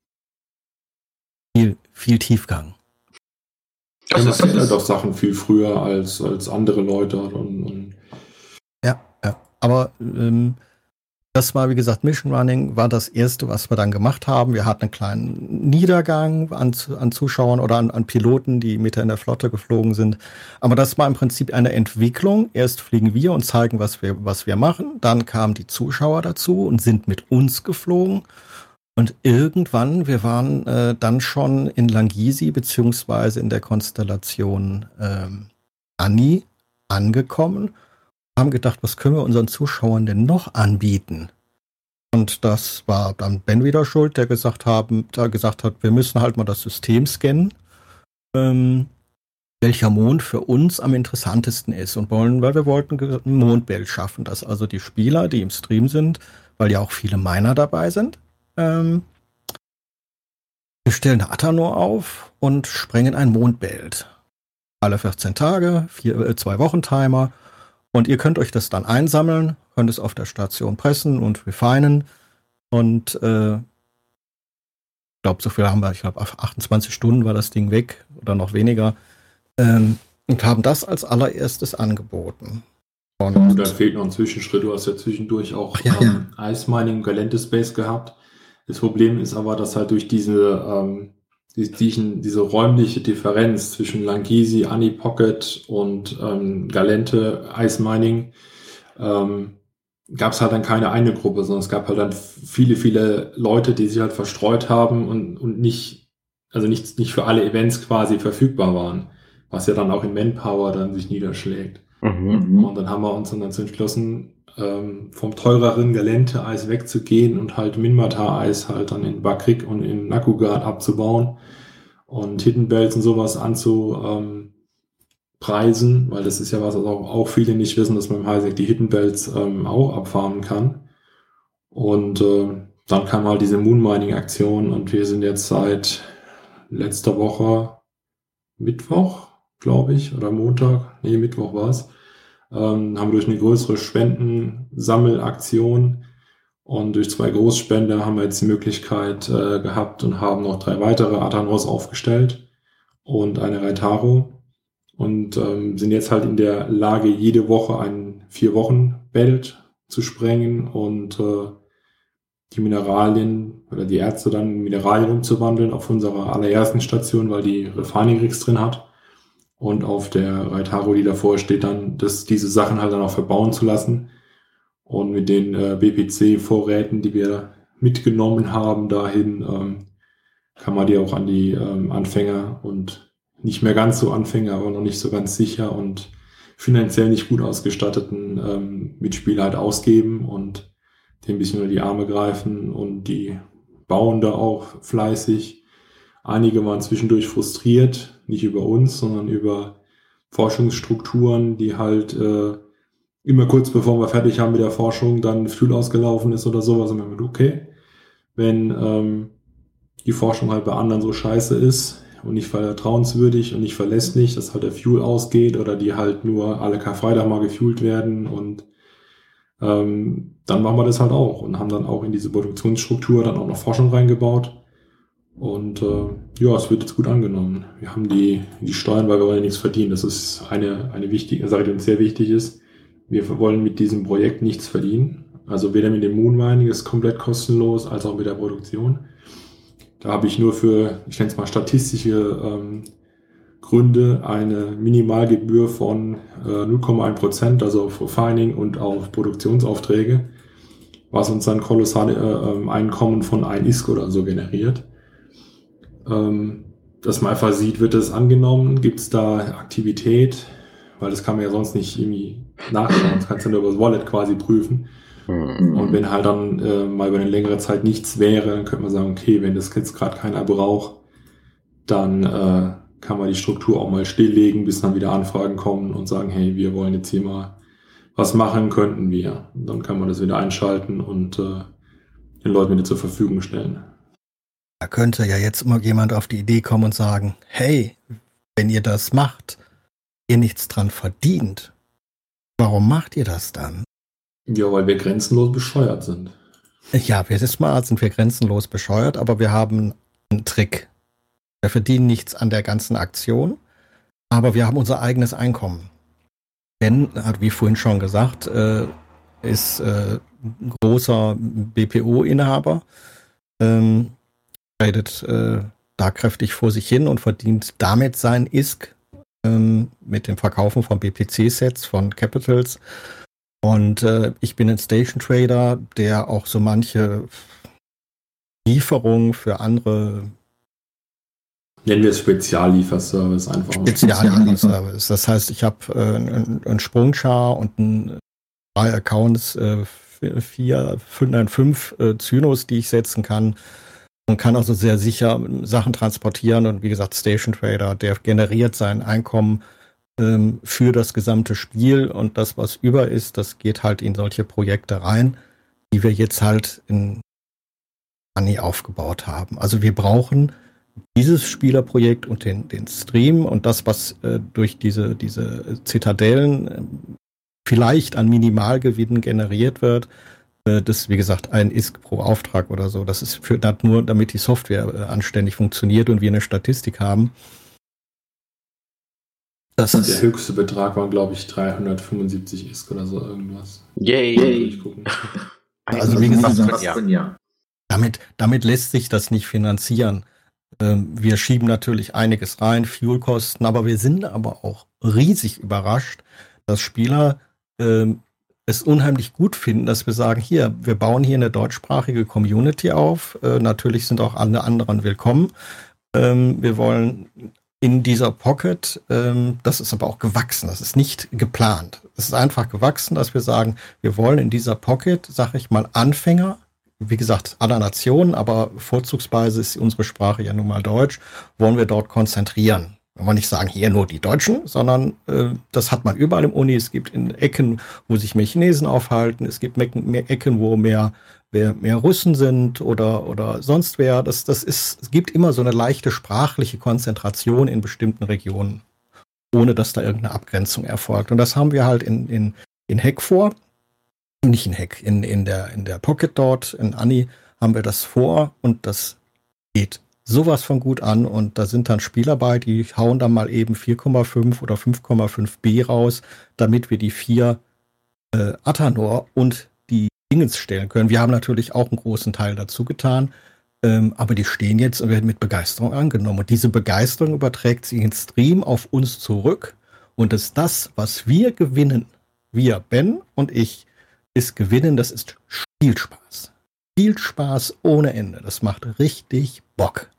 Viel, viel Tiefgang. Das ja, man sieht halt auch Sachen viel früher als, als andere Leute. Und, und ja, ja, aber ähm, Das war, wie gesagt, Mission Running war das erste, was wir dann gemacht haben. Wir hatten einen kleinen Niedergang an, an Zuschauern oder an, an Piloten, die mit in der Flotte geflogen sind. Aber das war im Prinzip eine Entwicklung. Erst fliegen wir und zeigen, was wir, was wir machen. Dann kamen die Zuschauer dazu und sind mit uns geflogen. Und irgendwann, wir waren äh, dann schon in Langisi beziehungsweise in der Konstellation ähm, Annie angekommen. Haben gedacht, was können wir unseren Zuschauern denn noch anbieten? Und das war dann Ben wieder schuld, der gesagt, haben, der gesagt hat, wir müssen halt mal das System scannen, ähm, welcher Mond für uns am interessantesten ist. Und wollen, weil wir wollten ein Mondbild schaffen, dass also die Spieler, die im Stream sind, weil ja auch viele Miner dabei sind, ähm, wir stellen Athanor auf und sprengen ein Mondbild. Alle vierzehn Tage, vier, äh, zwei Wochen Timer. Und ihr könnt euch das dann einsammeln, könnt es auf der Station pressen und refinen. Und äh, ich glaube, so viel haben wir, ich glaube, achtundzwanzig Stunden war das Ding weg oder noch weniger. Ähm, und haben das als allererstes angeboten. Und, und dann fehlt noch ein Zwischenschritt. Du hast ja zwischendurch auch ja, ähm, ja. Ice Mining, Galente Space gehabt. Das Problem ist aber, dass halt durch diese ähm, Die, diese räumliche Differenz zwischen Langisi, Annie Pocket und ähm, Galente Ice Mining ähm, gab es halt dann keine eine Gruppe, sondern es gab halt dann viele, viele Leute, die sich halt verstreut haben und, und nicht, also nicht, nicht für alle Events quasi verfügbar waren, was ja dann auch in Manpower dann sich niederschlägt. Mhm. Und dann haben wir uns dann dazu entschlossen, ähm, vom teureren Galente Eis wegzugehen und halt Minmatar Eis halt dann in Bakrik und in Nakugat abzubauen und Hidden Belts und sowas anzupreisen, ähm, weil das ist ja was, was auch, auch viele nicht wissen, dass man im Highsec die Hidden Belts ähm, auch abfarmen kann. Und äh, dann kam halt diese Moonmining-Aktion und wir sind jetzt seit letzter Woche Mittwoch, glaube ich, oder Montag, nee, Mittwoch war es, ähm, haben wir durch eine größere Spendensammelaktion und durch zwei Großspender haben wir jetzt die Möglichkeit äh, gehabt und haben noch drei weitere Athanors aufgestellt und eine Raitaro und ähm, sind jetzt halt in der Lage, jede Woche ein Vier-Wochen-Belt zu sprengen und äh, die Mineralien oder die Ärzte dann in Mineralien umzuwandeln auf unserer allerersten Station, weil die Refining Rigs drin hat. Und auf der Raitaro, die davor steht, dann das, diese Sachen halt dann auch verbauen zu lassen. Und mit den äh, B P C-Vorräten, die wir mitgenommen haben dahin, ähm, kann man die auch an die ähm, Anfänger und nicht mehr ganz so Anfänger, aber noch nicht so ganz sicher und finanziell nicht gut ausgestatteten ähm, Mitspieler halt ausgeben und dem ein bisschen unter die Arme greifen. Und die bauen da auch fleißig. Einige waren zwischendurch frustriert, nicht über uns, sondern über Forschungsstrukturen, die halt äh, immer kurz bevor wir fertig haben mit der Forschung dann Fuel ausgelaufen ist oder sowas. Und wir haben okay, wenn ähm, die Forschung halt bei anderen so scheiße ist und nicht vertrauenswürdig und nicht verlässlich, dass halt der Fuel ausgeht oder die halt nur alle Karfreitag mal gefuelt werden und ähm, dann machen wir das halt auch und haben dann auch in diese Produktionsstruktur dann auch noch Forschung reingebaut. Und äh, ja, es wird jetzt gut angenommen. Wir haben die, die Steuern, weil wir wollen ja nichts verdienen. Das ist eine, eine wichtige Sache, die uns sehr wichtig ist. Wir wollen mit diesem Projekt nichts verdienen. Also weder mit dem Moonmining, ist komplett kostenlos, als auch mit der Produktion. Da habe ich nur für, ich nenne es mal statistische ähm, Gründe, eine Minimalgebühr von äh, null Komma eins Prozent, also auf Refining und auf Produktionsaufträge, was uns dann kolossale äh, Einkommen von ein I S K oder so generiert. Dass man einfach sieht, wird das angenommen, gibt es da Aktivität, weil das kann man ja sonst nicht irgendwie nachschauen, das kannst du nur über das Wallet quasi prüfen. Mhm. Und wenn halt dann äh, mal über eine längere Zeit nichts wäre, dann könnte man sagen, okay, wenn das jetzt gerade keiner braucht, dann äh, kann man die Struktur auch mal stilllegen, bis dann wieder Anfragen kommen und sagen, hey, wir wollen jetzt hier mal was machen, könnten wir. Und dann kann man das wieder einschalten und äh, den Leuten wieder zur Verfügung stellen. Da könnte ja jetzt immer jemand auf die Idee kommen und sagen, hey, wenn ihr das macht, ihr nichts dran verdient, warum macht ihr das dann? Ja, weil wir grenzenlos bescheuert sind. Ja, wir sind smart, sind wir grenzenlos bescheuert, aber wir haben einen Trick. Wir verdienen nichts an der ganzen Aktion, aber wir haben unser eigenes Einkommen. Denn, wie vorhin schon gesagt, äh, ist äh, großer B P O-Inhaber, ähm, tradet äh, da kräftig vor sich hin und verdient damit sein I S K ähm, mit dem Verkaufen von B P C-Sets von Capitals. Und äh, ich bin ein Station Trader, der auch so manche Lieferungen für andere Nennen wir es Speziallieferservice einfach. Speziallieferservice. Das heißt, ich habe äh, einen, einen Sprungchar und ein, drei Accounts, äh, vier, fünf, nein, fünf äh, Zynos, die ich setzen kann und kann also sehr sicher Sachen transportieren. Und wie gesagt, Station Trader, der generiert sein Einkommen ähm, für das gesamte Spiel und das, was über ist, das geht halt in solche Projekte rein, die wir jetzt halt in Honey aufgebaut haben. Also wir brauchen dieses Spielerprojekt und den, den Stream und das, was äh, durch diese, diese Zitadellen äh, vielleicht an Minimalgewinnen generiert wird, äh, das wie gesagt ein I S K pro Auftrag oder so. Das ist für das nur, damit die Software äh, anständig funktioniert und wir eine Statistik haben. Das Der ist höchste Betrag war, glaube ich, dreihundertfünfundsiebzig I S K oder so irgendwas. Yay! Also wie gesagt, ja. damit, damit lässt sich das nicht finanzieren. Wir schieben natürlich einiges rein, Fuelkosten, aber wir sind aber auch riesig überrascht, dass Spieler äh, es unheimlich gut finden, dass wir sagen, hier, wir bauen hier eine deutschsprachige Community auf. Äh, natürlich sind auch alle anderen willkommen. Ähm, wir wollen in dieser Pocket, ähm, das ist aber auch gewachsen, das ist nicht geplant. Es ist einfach gewachsen, dass wir sagen, wir wollen in dieser Pocket, sag ich mal, Anfänger, wie gesagt, aller Nationen, aber vorzugsweise ist unsere Sprache ja nun mal Deutsch, wollen wir dort konzentrieren. Wir wollen nicht sagen, hier nur die Deutschen, sondern äh, das hat man überall im Uni. Es gibt in Ecken, wo sich mehr Chinesen aufhalten, es gibt mehr, mehr Ecken, wo mehr, mehr, mehr Russen sind oder, oder sonst wer. Das, das ist, es gibt immer so eine leichte sprachliche Konzentration in bestimmten Regionen, ohne dass da irgendeine Abgrenzung erfolgt. Und das haben wir halt in, in, in Hack vor. Nicht in Hack, in, in, der, in der Pocket dort, in Anni haben wir das vor und das geht sowas von gut an und da sind dann Spieler bei, die hauen dann mal eben vier Komma fünf oder fünf Komma fünf B raus, damit wir die vier äh, Athanor und die Dingens stellen können. Wir haben natürlich auch einen großen Teil dazu getan, ähm, aber die stehen jetzt und werden mit Begeisterung angenommen und diese Begeisterung überträgt sich in Stream auf uns zurück und das ist das, was wir gewinnen, wir, Ben und ich, ist gewinnen, das ist Spielspaß. Spielspaß ohne Ende. Das macht richtig Bock.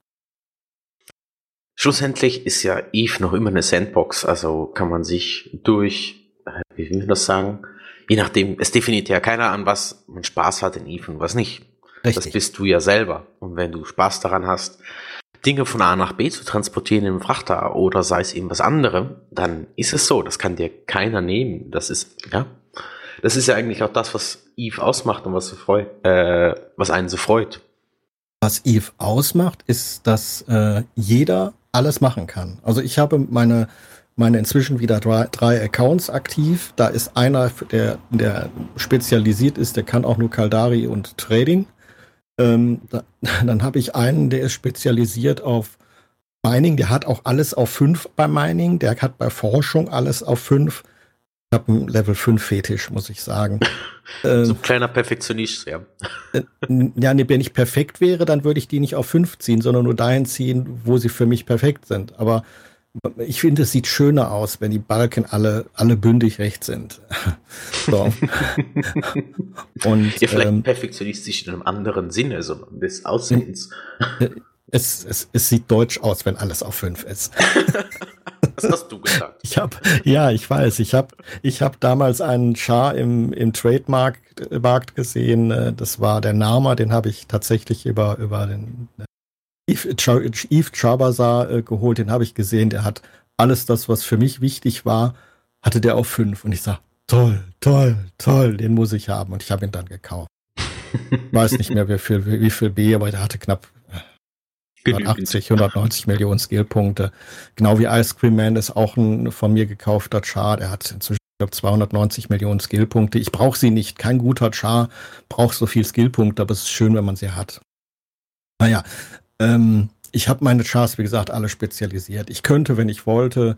Schlussendlich ist ja Eve noch immer eine Sandbox, also kann man sich durch, wie will man das sagen, je nachdem, es definiert ja keiner an, was man Spaß hat in Eve und was nicht. Richtig. Das bist du ja selber. Und wenn du Spaß daran hast, Dinge von A nach B zu transportieren im Frachter oder sei es eben was anderem, dann ist es so, das kann dir keiner nehmen. Das ist, ja, das ist ja eigentlich auch das, was Eve ausmacht und was, so freut, äh, was einen so freut. Was Eve ausmacht, ist, dass äh, jeder alles machen kann. Also ich habe meine, meine inzwischen wieder drei, drei Accounts aktiv. Da ist einer, der, der spezialisiert ist, der kann auch nur Caldari und Trading. Ähm, da, dann habe ich einen, der ist spezialisiert auf Mining. Der hat auch alles auf fünf bei Mining. Der hat bei Forschung alles auf fünf. Ich habe einen Level fünf Fetisch, muss ich sagen. So ein äh, kleiner Perfektionist, ja. Äh, ja, nee, wenn ich perfekt wäre, dann würde ich die nicht auf fünf ziehen, sondern nur dahin ziehen, wo sie für mich perfekt sind. Aber ich finde, es sieht schöner aus, wenn die Balken alle, alle bündig recht sind. So. Und, ja, vielleicht ähm, perfektionistisch in einem anderen Sinne, sondern des Aussehens. Es, es, es sieht deutsch aus, wenn alles auf fünf ist. Das hast du gesagt. Ich hab, ja, ich weiß. Ich habe ich hab damals einen Char im, im Trademark-Markt gesehen. Das war der Nama, den habe ich tatsächlich über, über den Yves Chabazar äh, geholt. Den habe ich gesehen. Der hat alles das, was für mich wichtig war, hatte der auf fünf. Und ich sag, toll, toll, toll, den muss ich haben. Und ich habe ihn dann gekauft. Ich weiß nicht mehr, wie viel, wie viel B, aber der hatte knapp hundertachtzig, hundertneunzig Millionen Skillpunkte. Genau wie Ice Cream Man ist auch ein von mir gekaufter Char. Der hat inzwischen, ich glaube, zweihundertneunzig Millionen Skillpunkte. Ich brauche sie nicht. Kein guter Char braucht so viel Skillpunkte, aber es ist schön, wenn man sie hat. Naja, ähm, ich habe meine Chars, wie gesagt, alle spezialisiert. Ich könnte, wenn ich wollte,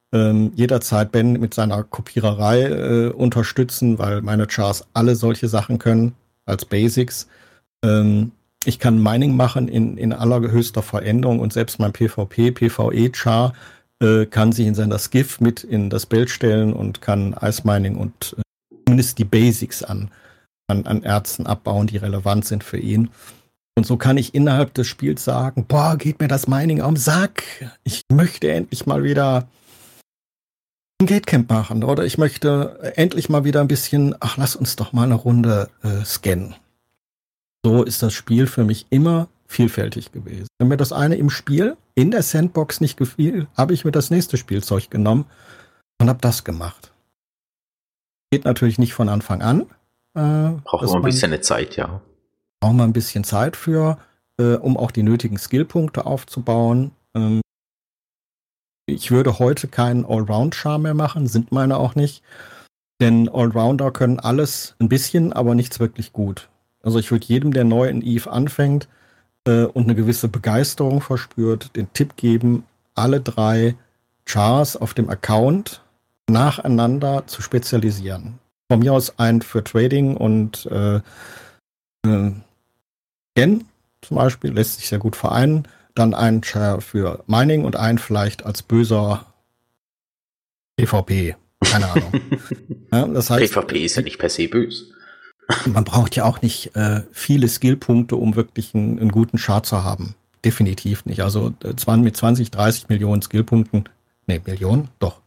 ähm, jederzeit Ben mit seiner Kopiererei äh, unterstützen, weil meine Chars alle solche Sachen können als Basics. Ähm, ich kann Mining machen in, in allerhöchster Veränderung und selbst mein PvP, PvE-Char äh, kann sich in seiner Skiff mit in das Bild stellen und kann Ice Mining und äh, zumindest die Basics an, an, an Erzen abbauen, die relevant sind für ihn. Und so kann ich innerhalb des Spiels sagen, boah, geht mir das Mining am Sack. Ich möchte endlich mal wieder ein Gatecamp machen oder ich möchte endlich mal wieder ein bisschen, ach, lass uns doch mal eine Runde äh, scannen. So ist das Spiel für mich immer vielfältig gewesen. Wenn mir das eine im Spiel in der Sandbox nicht gefiel, habe ich mir das nächste Spielzeug genommen und habe das gemacht. Geht natürlich nicht von Anfang an. Äh, Braucht man ein bisschen eine Zeit, ja. Braucht man ein bisschen Zeit für, äh, um auch die nötigen Skillpunkte aufzubauen. Ähm, ich würde heute keinen Allround-Char mehr machen, sind meine auch nicht. Denn Allrounder können alles ein bisschen, aber nichts wirklich gut. Also ich würde jedem, der neu in Eve anfängt äh, und eine gewisse Begeisterung verspürt, den Tipp geben, alle drei Chars auf dem Account nacheinander zu spezialisieren. Von mir aus ein für Trading und äh, äh, Gen zum Beispiel, lässt sich sehr gut vereinen. Dann ein Char für Mining und ein vielleicht als böser PvP. Keine Ahnung. Ja, das heißt, PvP ist ja nicht per se böse. Man braucht ja auch nicht äh, viele Skillpunkte, um wirklich einen, einen guten Char zu haben. Definitiv nicht. Also äh, mit zwanzig, dreißig Millionen Skillpunkten, nee, Millionen? Doch.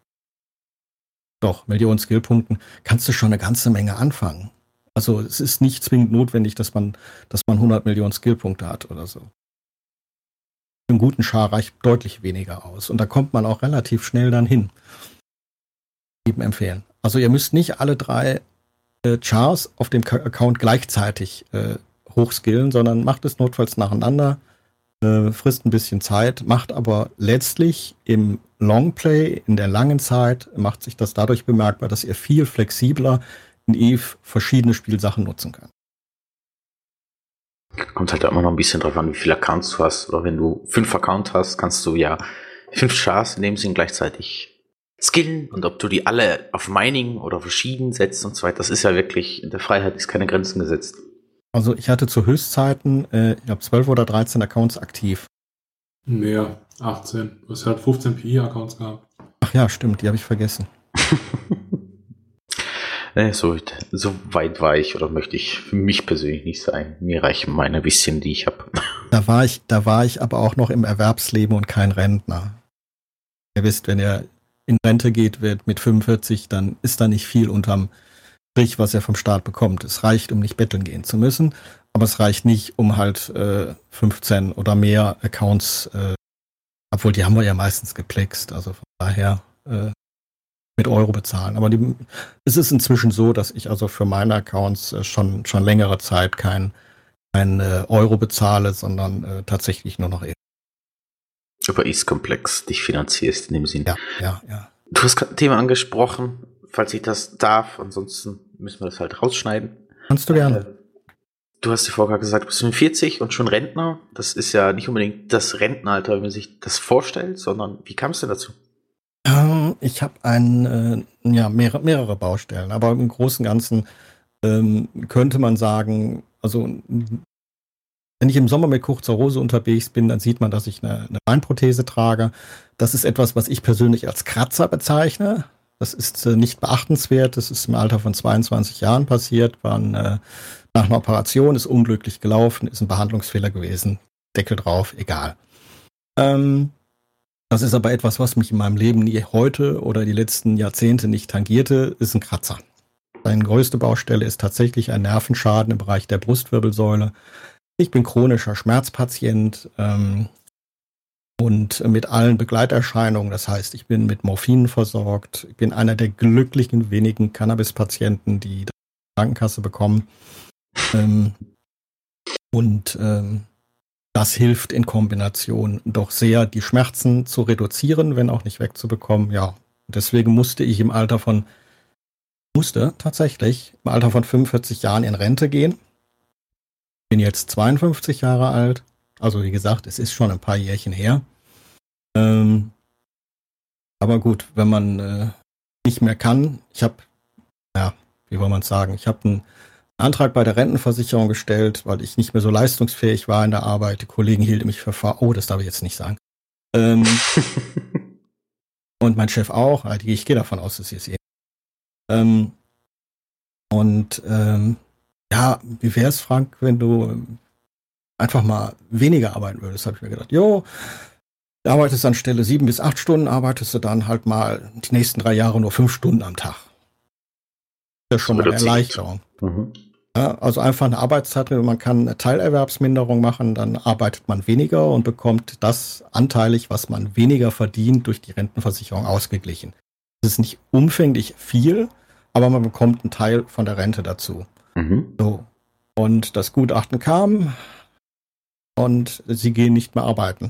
Doch, Millionen Skillpunkten, kannst du schon eine ganze Menge anfangen. Also es ist nicht zwingend notwendig, dass man, dass man hundert Millionen Skillpunkte hat oder so. Für einen guten Char reicht deutlich weniger aus. Und da kommt man auch relativ schnell dann hin. Eben empfehlen. Also ihr müsst nicht alle drei äh, Chars auf dem K- Account gleichzeitig äh, hochskillen, sondern macht es notfalls nacheinander, äh, frisst ein bisschen Zeit, macht aber letztlich im Longplay, in der langen Zeit, macht sich das dadurch bemerkbar, dass ihr viel flexibler in Eve verschiedene Spielsachen nutzen könnt. Kommt halt immer noch ein bisschen drauf an, wie viele Accounts du hast. Oder wenn du fünf Accounts hast, kannst du ja fünf Chars in dem Sinn gleichzeitig skillen. Und ob du die alle auf Mining oder verschieden setzt und so weiter, das ist ja wirklich, in der Freiheit ist keine Grenzen gesetzt. Also ich hatte zu Höchstzeiten, äh, ich habe zwölf oder dreizehn Accounts aktiv. Mehr, achtzehn. Du hast halt fünfzehn P I-Accounts gehabt. Ach ja, stimmt, die habe ich vergessen. äh, so, so weit war ich oder möchte ich für mich persönlich nicht sein. Mir reichen meine bisschen, die ich habe. Da war ich, da war ich aber auch noch im Erwerbsleben und kein Rentner. Ihr wisst, wenn ihr in Rente geht, wird mit fünfundvierzig, dann ist da nicht viel unterm Strich, was er vom Staat bekommt. Es reicht, um nicht betteln gehen zu müssen, aber es reicht nicht, um halt äh, fünfzehn oder mehr Accounts, äh, obwohl die haben wir ja meistens geplext, also von daher äh, mit Euro bezahlen. Aber die, es ist inzwischen so, dass ich also für meine Accounts äh, schon schon längere Zeit kein, kein äh, Euro bezahle, sondern äh, tatsächlich nur noch über Ist-Komplex dich finanzierst in dem Sinn. Ja, ja, ja. Du hast gerade ein Thema angesprochen, falls ich das darf, ansonsten müssen wir das halt rausschneiden. Kannst du gerne. Du hast dir vorher gesagt, du bist fünfundvierzig und schon Rentner. Das ist ja nicht unbedingt das Rentenalter, wie man sich das vorstellt, sondern wie kam es denn dazu? Ähm, ich habe ein, äh, ja, mehrere, mehrere Baustellen, aber im Großen und Ganzen ähm, könnte man sagen, also wenn ich im Sommer mit kurzer Hose unterwegs bin, dann sieht man, dass ich eine, eine Beinprothese trage. Das ist etwas, was ich persönlich als Kratzer bezeichne. Das ist äh, nicht beachtenswert. Das ist im Alter von zweiundzwanzig Jahren passiert. War ein, äh, nach einer Operation, ist unglücklich gelaufen, ist ein Behandlungsfehler gewesen. Deckel drauf, egal. Ähm, das ist aber etwas, was mich in meinem Leben nie heute oder die letzten Jahrzehnte nicht tangierte, ist ein Kratzer. Meine größte Baustelle ist tatsächlich ein Nervenschaden im Bereich der Brustwirbelsäule. Ich bin chronischer Schmerzpatient ähm, und mit allen Begleiterscheinungen. Das heißt, ich bin mit Morphin versorgt. Ich bin einer der glücklichen wenigen Cannabis-Patienten, die die Krankenkasse bekommen. Ähm, und ähm, das hilft in Kombination doch sehr, die Schmerzen zu reduzieren, wenn auch nicht wegzubekommen. Ja, deswegen musste ich im Alter von, musste tatsächlich im Alter von fünfundvierzig Jahren in Rente gehen. Bin jetzt zweiundfünfzig Jahre alt, also wie gesagt, es ist schon ein paar Jährchen her. Ähm, Aber gut, wenn man äh, nicht mehr kann, ich habe, ja, wie soll man es sagen, ich habe einen Antrag bei der Rentenversicherung gestellt, weil ich nicht mehr so leistungsfähig war in der Arbeit. Die Kollegen hielten mich für faul. Oh, das darf ich jetzt nicht sagen. Ähm, und mein Chef auch. Also ich gehe davon aus, dass sie es eh. Ähm, und ähm, ja, wie wäre es, Frank, wenn du einfach mal weniger arbeiten würdest? Habe ich mir gedacht. Jo, du arbeitest anstelle sieben bis acht Stunden, arbeitest du dann halt mal die nächsten drei Jahre nur fünf Stunden am Tag. Das ist schon mal eine Erleichterung. Mhm. Ja, also einfach eine Arbeitszeit, man kann eine Teilerwerbsminderung machen, dann arbeitet man weniger und bekommt das anteilig, was man weniger verdient, durch die Rentenversicherung ausgeglichen. Das ist nicht umfänglich viel, aber man bekommt einen Teil von der Rente dazu. Mhm. So. Und das Gutachten kam und sie gehen nicht mehr arbeiten.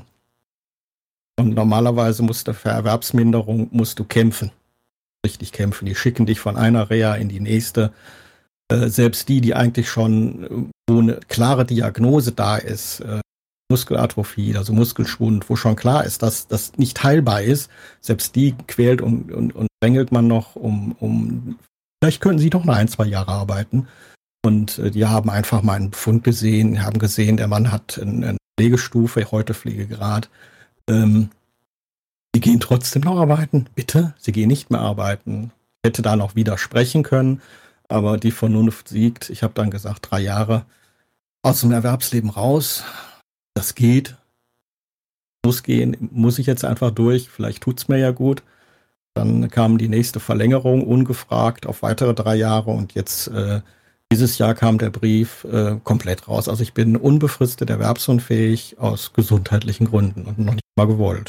Und normalerweise musst du für Erwerbsminderung musst du kämpfen. Richtig kämpfen. Die schicken dich von einer Reha in die nächste. Äh, selbst die, die eigentlich schon, wo eine klare Diagnose da ist, äh, Muskelatrophie, also Muskelschwund, wo schon klar ist, dass das nicht heilbar ist, selbst die quält und, und, und drängelt man noch um, um, vielleicht können sie doch noch ein, zwei Jahre arbeiten. Und äh, die haben einfach mal einen Befund gesehen, haben gesehen, der Mann hat eine, eine Pflegestufe, heute Pflegegrad. Ähm, die gehen trotzdem noch arbeiten. Bitte, sie gehen nicht mehr arbeiten. Ich hätte da noch widersprechen können. Aber die Vernunft siegt. Ich habe dann gesagt, drei Jahre aus dem Erwerbsleben raus. Das geht. Muss gehen. Muss ich jetzt einfach durch. Vielleicht tut's mir ja gut. Dann kam die nächste Verlängerung, ungefragt, auf weitere drei Jahre. Und jetzt, äh, dieses Jahr kam der Brief äh, komplett raus. Also ich bin unbefristet erwerbsunfähig aus gesundheitlichen Gründen und noch nicht mal gewollt.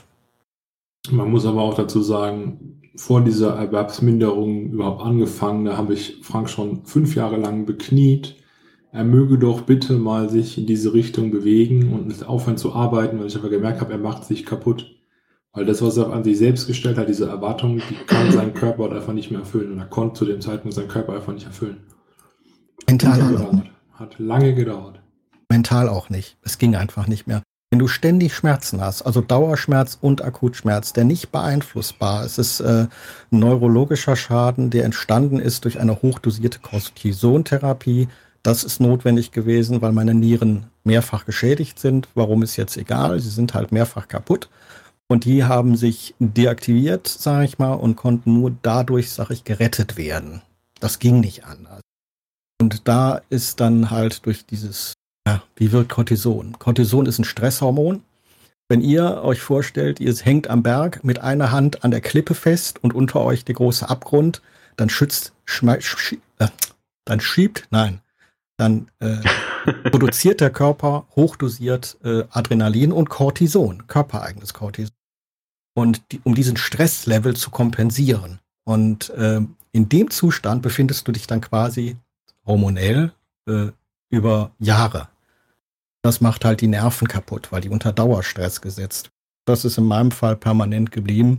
Man muss aber auch dazu sagen, vor dieser Erwerbsminderung überhaupt angefangen, da habe ich Frank schon fünf Jahre lang bekniet. Er möge doch bitte mal sich in diese Richtung bewegen und nicht aufhören zu arbeiten, weil ich aber gemerkt habe, er macht sich kaputt. Weil das, was er an sich selbst gestellt hat, diese Erwartungen, die kann sein Körper einfach nicht mehr erfüllen. Und er konnte zu dem Zeitpunkt seinen Körper einfach nicht erfüllen. Mental hat gedauert. Hat lange gedauert. Mental auch nicht. Es ging einfach nicht mehr. Wenn du ständig Schmerzen hast, also Dauerschmerz und Akutschmerz, der nicht beeinflussbar ist, es ist äh, ein neurologischer Schaden, der entstanden ist durch eine hochdosierte Cortisontherapie. Das ist notwendig gewesen, weil meine Nieren mehrfach geschädigt sind. Warum ist jetzt egal? Sie sind halt mehrfach kaputt. Und die haben sich deaktiviert, sage ich mal, und konnten nur dadurch, sage ich, gerettet werden. Das ging nicht anders. Und da ist dann halt durch dieses, ja, wie wirkt Cortison? Cortison ist ein Stresshormon. Wenn ihr euch vorstellt, ihr hängt am Berg mit einer Hand an der Klippe fest und unter euch der große Abgrund, dann schützt, schme- sch- äh, dann schiebt, nein, dann äh, produziert der Körper hochdosiert äh, Adrenalin und Cortison, körpereigenes Cortison. Und die, um diesen Stresslevel zu kompensieren. Und äh, in dem Zustand befindest du dich dann quasi hormonell äh, über Jahre. Das macht halt die Nerven kaputt, weil die unter Dauerstress gesetzt. Das ist in meinem Fall permanent geblieben.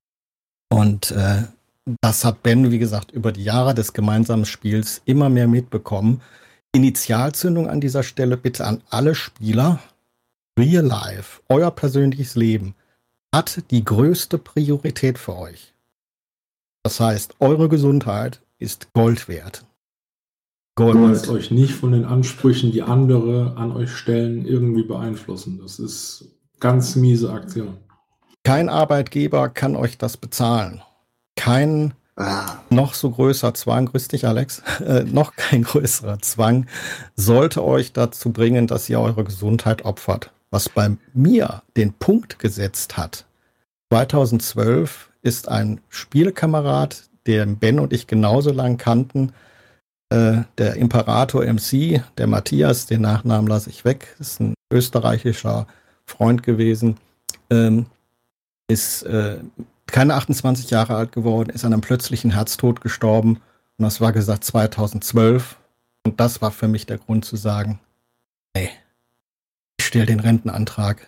Und äh, das hat Ben, wie gesagt, über die Jahre des gemeinsamen Spiels immer mehr mitbekommen. Initialzündung an dieser Stelle bitte an alle Spieler. Real Life, euer persönliches Leben, hat die größte Priorität für euch. Das heißt, eure Gesundheit ist Gold wert. Gold. Lasst euch nicht von den Ansprüchen, die andere an euch stellen, irgendwie beeinflussen. Das ist ganz miese Aktion. Kein Arbeitgeber kann euch das bezahlen. Kein ah. noch so größer Zwang, grüß dich Alex, äh, noch kein größerer Zwang sollte euch dazu bringen, dass ihr eure Gesundheit opfert. Was bei mir den Punkt gesetzt hat, zweitausendzwölf ist ein Spielekamerad, den Ben und ich genauso lang kannten, äh, der Imperator M C, der Matthias, den Nachnamen lasse ich weg, ist ein österreichischer Freund gewesen, ähm, ist äh, keine achtundzwanzig Jahre alt geworden, ist an einem plötzlichen Herztod gestorben und das war gesagt zweitausendzwölf und das war für mich der Grund zu sagen, ey, ich stelle den Rentenantrag.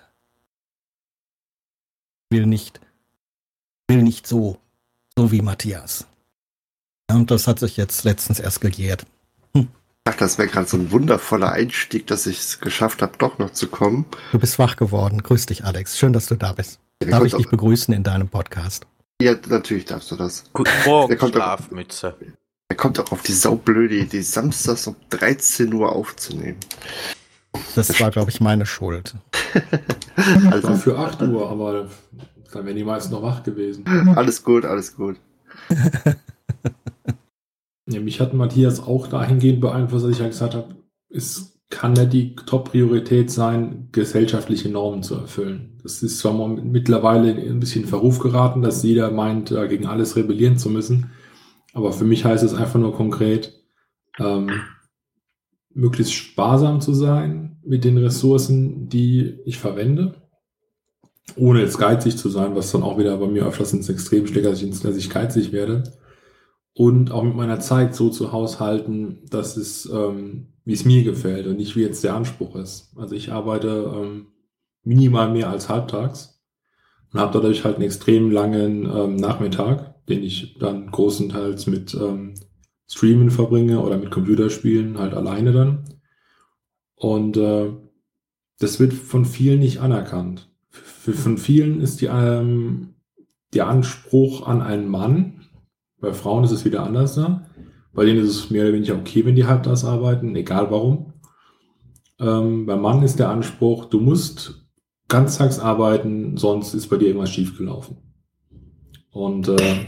Ich will nicht, will nicht so, so wie Matthias. Und das hat sich jetzt letztens erst gegärt. Hm. Ich dachte, das wäre gerade so ein wundervoller Einstieg, dass ich es geschafft habe, doch noch zu kommen. Du bist wach geworden. Grüß dich, Alex. Schön, dass du da bist. Ja, darf ich dich begrüßen in deinem Podcast? Ja, natürlich darfst du das. Guten Morgen, Der kommt doch- Schlafmütze. Er kommt doch auf die saublöde Idee, samstags um dreizehn Uhr aufzunehmen. Das war, glaube ich, meine Schuld. War Also, für acht Uhr, aber dann wären die meisten noch wach gewesen. alles gut, alles gut. Ja, mich hat Matthias auch dahingehend beeinflusst, dass ich ja gesagt habe, es kann ja die Top-Priorität sein, gesellschaftliche Normen zu erfüllen. Das ist zwar mal mittlerweile ein bisschen in Verruf geraten, dass jeder meint, äh, gegen alles rebellieren zu müssen. Aber für mich heißt es einfach nur konkret, ähm, möglichst sparsam zu sein mit den Ressourcen, die ich verwende, ohne jetzt geizig zu sein, was dann auch wieder bei mir öfters ins Extrem schlägt, dass ich, dass ich geizig werde. Und auch mit meiner Zeit so zu haushalten, dass es, ähm, wie es mir gefällt und nicht wie jetzt der Anspruch ist. Also ich arbeite ähm, minimal mehr als halbtags und habe dadurch halt einen extrem langen ähm, Nachmittag, den ich dann großenteils mit ähm, Streamen verbringe oder mit Computerspielen, halt alleine dann. Und äh, das wird von vielen nicht anerkannt. Für, von vielen ist die, ähm, der Anspruch an einen Mann, bei Frauen ist es wieder anders da. Bei denen ist es mehr oder weniger okay, wenn die halbtags arbeiten, egal warum. Ähm, beim Mann ist der Anspruch, du musst ganztags arbeiten, sonst ist bei dir irgendwas schiefgelaufen. Und äh,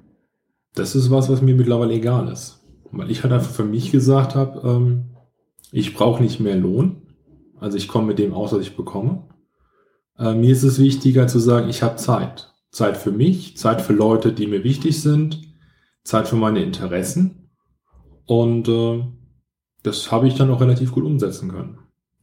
das ist was, was mir mittlerweile egal ist. Weil ich halt einfach für mich gesagt habe, ähm, ich brauche nicht mehr Lohn. Also ich komme mit dem aus, was ich bekomme. Äh, mir ist es wichtiger zu sagen, ich habe Zeit. Zeit für mich, Zeit für Leute, die mir wichtig sind, Zeit für meine Interessen. Und äh, das habe ich dann auch relativ gut umsetzen können.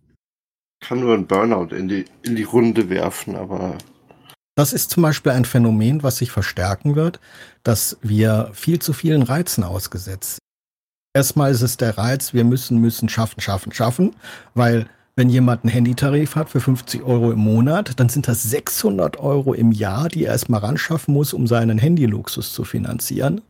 Ich kann nur einen Burnout in die, in die Runde werfen, aber Das ist zum Beispiel ein Phänomen, was sich verstärken wird, dass wir viel zu vielen Reizen ausgesetzt sind. Erstmal ist es der Reiz, wir müssen, müssen schaffen, schaffen, schaffen, weil wenn jemand einen Handytarif hat für fünfzig Euro im Monat, dann sind das sechshundert Euro im Jahr, die er erstmal ran schaffen muss, um seinen Handyluxus zu finanzieren.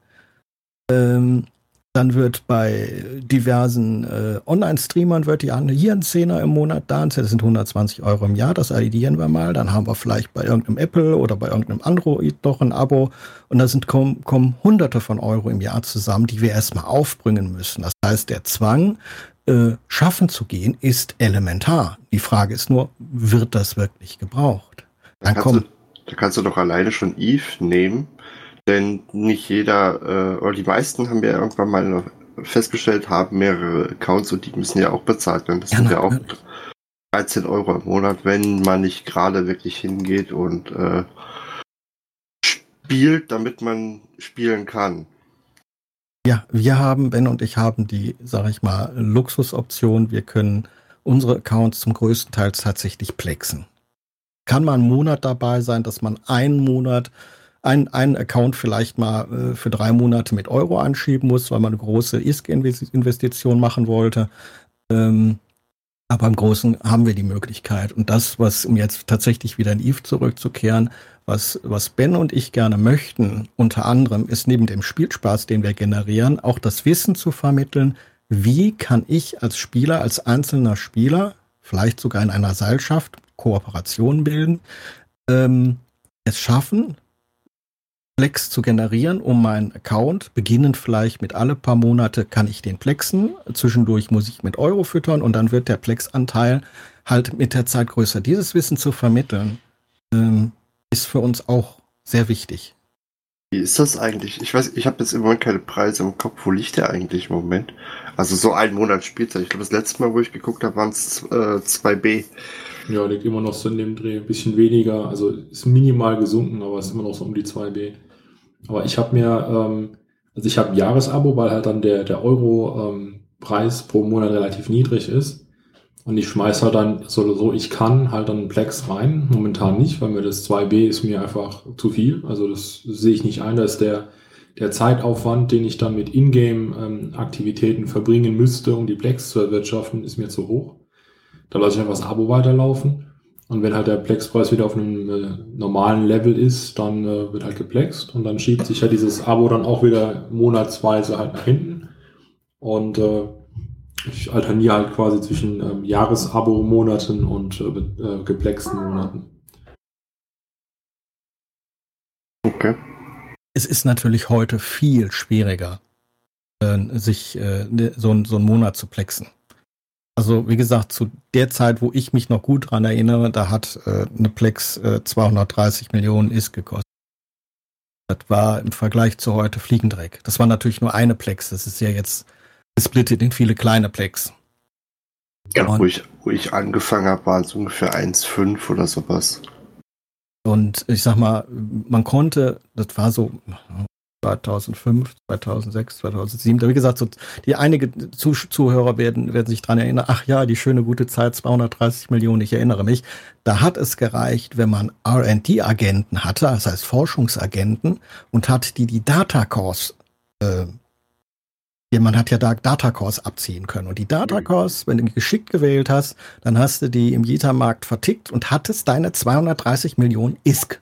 Ähm, dann wird bei diversen äh, Online-Streamern wird ja hier ein Zehner im Monat, da ein Zehner, das sind hundertzwanzig Euro im Jahr, das addieren wir mal, dann haben wir vielleicht bei irgendeinem Apple oder bei irgendeinem Android doch ein Abo und da sind kommen, kommen Hunderte von Euro im Jahr zusammen, die wir erstmal aufbringen müssen. Das heißt, der Zwang, äh, schaffen zu gehen, ist elementar. Die Frage ist nur, wird das wirklich gebraucht? da Dann kannst, kommt du, da kannst du doch alleine schon Eve nehmen, denn nicht jeder, äh, oder die meisten haben ja irgendwann mal festgestellt, haben mehrere Accounts und die müssen ja auch bezahlt werden. Das Ja, sind na, ja auch na. dreizehn Euro im Monat, wenn man nicht gerade wirklich hingeht und äh, spielt, damit man spielen kann. Ja, wir haben, Ben und ich haben die, sage ich mal, Luxusoption. Wir können unsere Accounts zum größten Teil tatsächlich plexen. Kann mal einen Monat dabei sein, dass man einen Monat, ein, einen Account vielleicht mal äh, für drei Monate mit Euro anschieben muss, weil man eine große I S K-Investition machen wollte. Ähm, aber im Großen haben wir die Möglichkeit. Und das, was, um jetzt tatsächlich wieder in Eve zurückzukehren, was, was Ben und ich gerne möchten, unter anderem, ist neben dem Spielspaß, den wir generieren, auch das Wissen zu vermitteln, wie kann ich als Spieler, als einzelner Spieler, vielleicht sogar in einer Seilschaft, Kooperation bilden, ähm, es schaffen, Plex zu generieren, um meinen Account, beginnend vielleicht mit alle paar Monate kann ich den plexen, zwischendurch muss ich mit Euro füttern und dann wird der Plex-Anteil halt mit der Zeit größer. Dieses Wissen zu vermitteln, ähm, ist für uns auch sehr wichtig. Wie ist das eigentlich? Ich weiß, ich habe jetzt im Moment keine Preise im Kopf. Wo liegt der eigentlich im Moment? Also so einen Monat Spielzeit. Ich glaube, das letzte Mal, wo ich geguckt habe, waren es äh, zwei B. Ja, liegt immer noch so in dem Dreh. Ein bisschen weniger, also ist minimal gesunken, aber ist immer noch so um die zwei B. Aber ich habe mir, ähm, also ich habe ein Jahresabo, weil halt dann der, der Euro-Preis ähm, pro Monat relativ niedrig ist. Und ich schmeiße halt dann so oder so, ich kann halt dann einen Plex rein. Momentan nicht, weil mir das zwei B ist mir einfach zu viel. Also das, das sehe ich nicht ein. Da ist der, der Zeitaufwand, den ich dann mit Ingame-Aktivitäten ähm, verbringen müsste, um die Plex zu erwirtschaften, ist mir zu hoch. Da lasse ich einfach das Abo weiterlaufen. Und wenn halt der Plex-Preis wieder auf einem äh, normalen Level ist, dann äh, wird halt geplext. Und dann schiebt sich ja dieses Abo dann auch wieder monatsweise halt nach hinten. Und äh, ich alterniere halt quasi zwischen ähm, Jahresabo-Monaten und äh, äh, geplexten Monaten. Okay. es ist natürlich heute viel schwieriger, äh, sich äh, so, so einen Monat zu plexen. Also wie gesagt, zu der Zeit, wo ich mich noch gut dran erinnere, da hat äh, eine Plex äh, zweihundertdreißig Millionen I S K gekostet. Das war im Vergleich zu heute Fliegendreck. Das war natürlich nur eine Plex. Das ist ja jetzt gesplittet in viele kleine Plex. Ja, wo ich, wo ich angefangen habe, waren es ungefähr eins Komma fünf oder sowas. Und ich sag mal, man konnte, das war so zweitausendfünf, zweitausendsechs, zweitausendsieben, wie gesagt, so die einige Zuhörer werden, werden sich dran erinnern, ach ja, die schöne gute Zeit, zweihundertdreißig Millionen, ich erinnere mich. Da hat es gereicht, wenn man R and D-Agenten hatte, das heißt Forschungsagenten, und hat die die Datacores, äh, ja, man hat ja da Datacores abziehen können. Und die Datacores, wenn du die geschickt gewählt hast, dann hast du die im Jeta-Markt vertickt und hattest deine zweihundertdreißig Millionen I S K.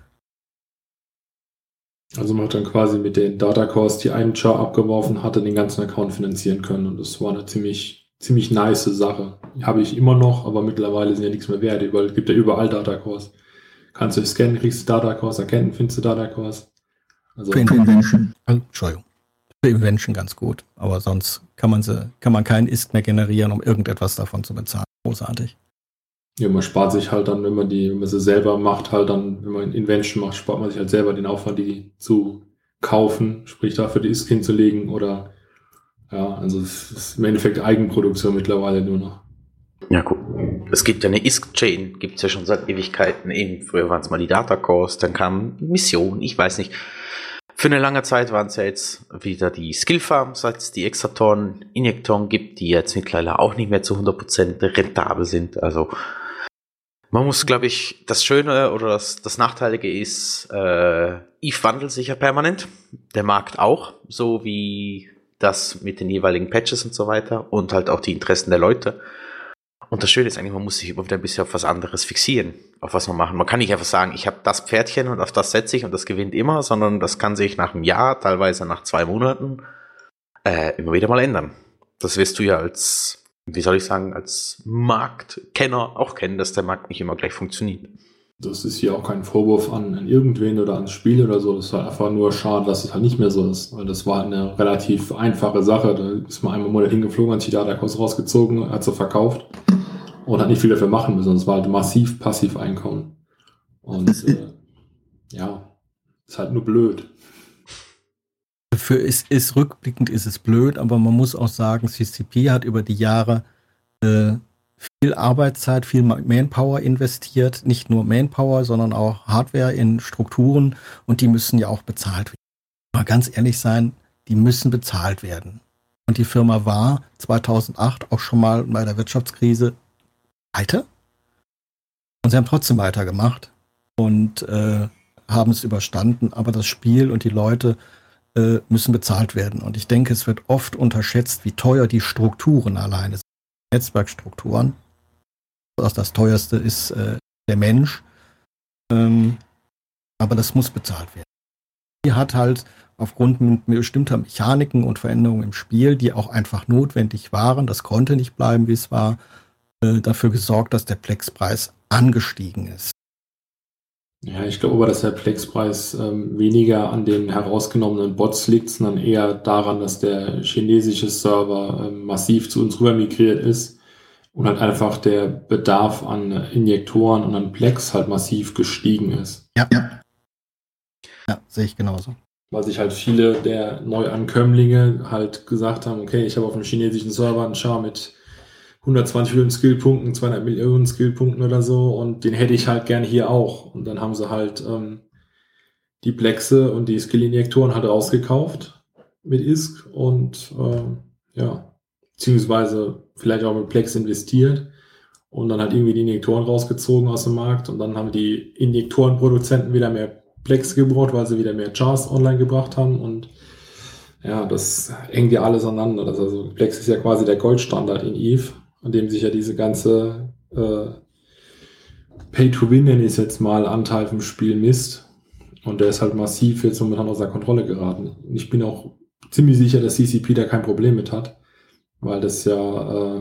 Also man hat dann quasi mit den Datacores, die einen Char abgeworfen hatte, den ganzen Account finanzieren können. Und das war eine ziemlich, ziemlich nice Sache. Die habe ich immer noch, aber mittlerweile sind ja nichts mehr wert. Es gibt ja überall Datacores. Kannst du scannen, kriegst du Datacores, erkennen, findest du Datacores. Also für Invention. Also, Entschuldigung. Für Invention ganz gut. Aber sonst kann man sie, kann man keinen I S K mehr generieren, um irgendetwas davon zu bezahlen. Großartig. Ja, man spart sich halt dann, wenn man die, wenn man sie selber macht, halt dann, wenn man Invention macht, spart man sich halt selber den Aufwand, die zu kaufen, sprich dafür die I S K hinzulegen oder, ja, also es ist im Endeffekt Eigenproduktion mittlerweile nur noch. Ja, guck, es gibt ja eine I S K-Chain, gibt es ja schon seit Ewigkeiten, eben früher waren es mal die Datacores, dann kam Mission, ich weiß nicht. Für eine lange Zeit waren es ja jetzt wieder die Skillfarms, seit es die Extratoren-Injektoren gibt, die jetzt mittlerweile auch nicht mehr zu hundert Prozent rentabel sind, also man muss, glaube ich, das Schöne oder das, das Nachteilige ist, äh, E T H wandelt sich ja permanent, der Markt auch, so wie das mit den jeweiligen Patches und so weiter und halt auch die Interessen der Leute. Und das Schöne ist eigentlich, man muss sich immer wieder ein bisschen auf was anderes fixieren, auf was man machen. Man kann nicht einfach sagen, ich habe das Pferdchen und auf das setze ich und das gewinnt immer, sondern das kann sich nach einem Jahr, teilweise nach zwei Monaten, äh, immer wieder mal ändern. Das wirst du ja als, wie soll ich sagen, als Marktkenner auch kennen, dass der Markt nicht immer gleich funktioniert. Das ist hier auch kein Vorwurf an, an irgendwen oder ans Spiel oder so. Das war einfach nur schade, dass es halt nicht mehr so ist. Weil das war eine relativ einfache Sache. Da ist man einmal im Monat hingeflogen, hat sich da der Kurs rausgezogen, hat sie verkauft und hat nicht viel dafür machen müssen. Das war halt massiv passiv Einkommen. Und äh, ja, ist halt nur blöd. Für ist, ist rückblickend ist es blöd, aber man muss auch sagen, C C P hat über die Jahre äh, viel Arbeitszeit, viel Manpower investiert. Nicht nur Manpower, sondern auch Hardware in Strukturen und die müssen ja auch bezahlt werden. Mal ganz ehrlich sein, die müssen bezahlt werden. Und die Firma war zweitausendacht auch schon mal bei der Wirtschaftskrise weiter. Und sie haben trotzdem weitergemacht und äh, haben es überstanden. Aber das Spiel und die Leute äh, müssen bezahlt werden. Und ich denke, es wird oft unterschätzt, wie teuer die Strukturen alleine sind. Netzwerkstrukturen. Das, das teuerste ist äh, der Mensch. Ähm, aber das muss bezahlt werden. Die hat halt aufgrund bestimmter Mechaniken und Veränderungen im Spiel, die auch einfach notwendig waren, das konnte nicht bleiben, wie es war, äh, dafür gesorgt, dass der Plex-Preis angestiegen ist. Ja, ich glaube aber, dass der Plex-Preis ähm, weniger an den herausgenommenen Bots liegt, sondern eher daran, dass der chinesische Server ähm, massiv zu uns rüber migriert ist und halt einfach der Bedarf an Injektoren und an Plex halt massiv gestiegen ist. Ja, ja. Ja, sehe ich genauso. Weil sich halt viele der Neuankömmlinge halt gesagt haben, okay, ich habe auf dem chinesischen Server einen Char mit hundertzwanzig Millionen Skillpunkten, zweihundert Millionen Skillpunkten oder so und den hätte ich halt gerne hier auch. Und dann haben sie halt ähm, die Plexe und die Skill-Injektoren halt rausgekauft mit I S K und ähm, ja, beziehungsweise vielleicht auch mit Plex investiert und dann halt irgendwie die Injektoren rausgezogen aus dem Markt und dann haben die Injektorenproduzenten wieder mehr Plex gebraucht, weil sie wieder mehr Chars online gebracht haben und ja, das hängt ja alles aneinander. Das also Plex ist ja quasi der Goldstandard in Eve, an dem sich ja diese ganze äh, Pay-to-Win, nenne ich es jetzt mal, Anteil vom Spiel misst. Und der ist halt massiv jetzt momentan außer Kontrolle geraten. Und ich bin auch ziemlich sicher, dass C C P da kein Problem mit hat, weil das ja, äh,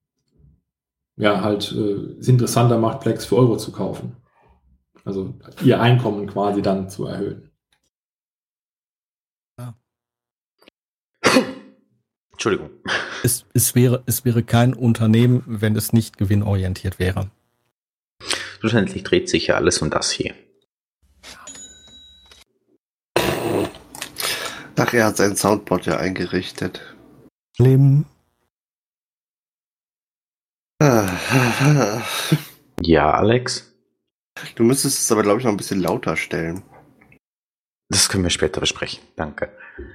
ja halt äh, es interessanter macht, Plex für Euro zu kaufen. Also ihr Einkommen quasi dann zu erhöhen. Entschuldigung. Es, es, wäre, es wäre kein Unternehmen, wenn es nicht gewinnorientiert wäre. Schlussendlich dreht sich ja alles um das hier. Ach, er hat sein Soundboard ja eingerichtet. Schlimm. Ja, Alex? Du müsstest es aber, glaube ich, noch ein bisschen lauter stellen. Das können wir später besprechen. Danke.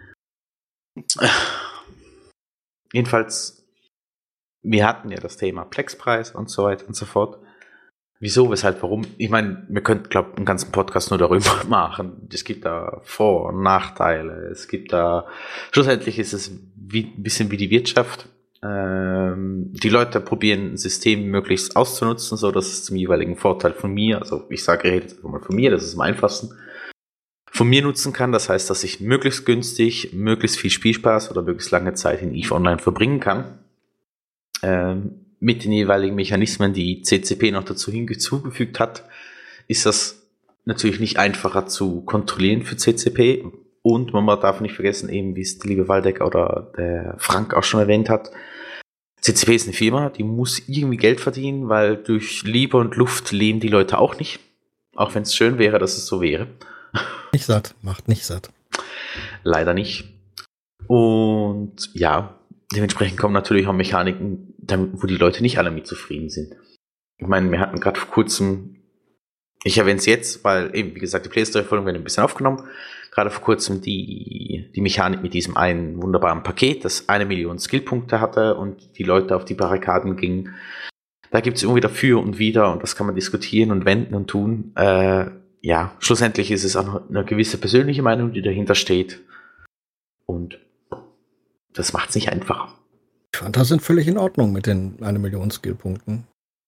Jedenfalls, wir hatten ja das Thema Plexpreis und so weiter und so fort. Wieso, weshalb, warum? Ich meine, wir könnten, glaube ich, einen ganzen Podcast nur darüber machen. Es gibt da Vor- und Nachteile. Es gibt da, schlussendlich ist es wie, ein bisschen wie die Wirtschaft. Ähm, die Leute probieren ein System möglichst auszunutzen, so dass es zum jeweiligen Vorteil von mir, also ich sage, ich rede jetzt einfach mal von mir, das ist am einfachsten, von mir nutzen kann. Das heißt, dass ich möglichst günstig, möglichst viel Spielspaß oder möglichst lange Zeit in EVE Online verbringen kann. Ähm, mit den jeweiligen Mechanismen, die C C P noch dazu hinzugefügt hat, ist das natürlich nicht einfacher zu kontrollieren für C C P. Und man darf nicht vergessen, eben wie es der liebe Waldeck oder der Frank auch schon erwähnt hat, C C P ist eine Firma, die muss irgendwie Geld verdienen, weil durch Liebe und Luft leben die Leute auch nicht. Auch wenn es schön wäre, dass es so wäre. Nicht satt, macht nicht satt. Leider nicht. Und ja, dementsprechend kommen natürlich auch Mechaniken, wo die Leute nicht alle mit zufrieden sind. Ich meine, wir hatten gerade vor kurzem, ich erwähne es jetzt, weil eben, wie gesagt, die Playstore-Folgen werden ein bisschen aufgenommen, gerade vor kurzem die, die Mechanik mit diesem einen wunderbaren Paket, das eine Million Skillpunkte hatte und die Leute auf die Barrikaden gingen. Da gibt es immer wieder für und wider und das kann man diskutieren und wenden und tun. Äh, ja, schlussendlich ist es auch eine gewisse persönliche Meinung, die dahinter steht. Und das macht es nicht einfacher. Ich fand, das sind völlig in Ordnung mit den eine Million Skillpunkten.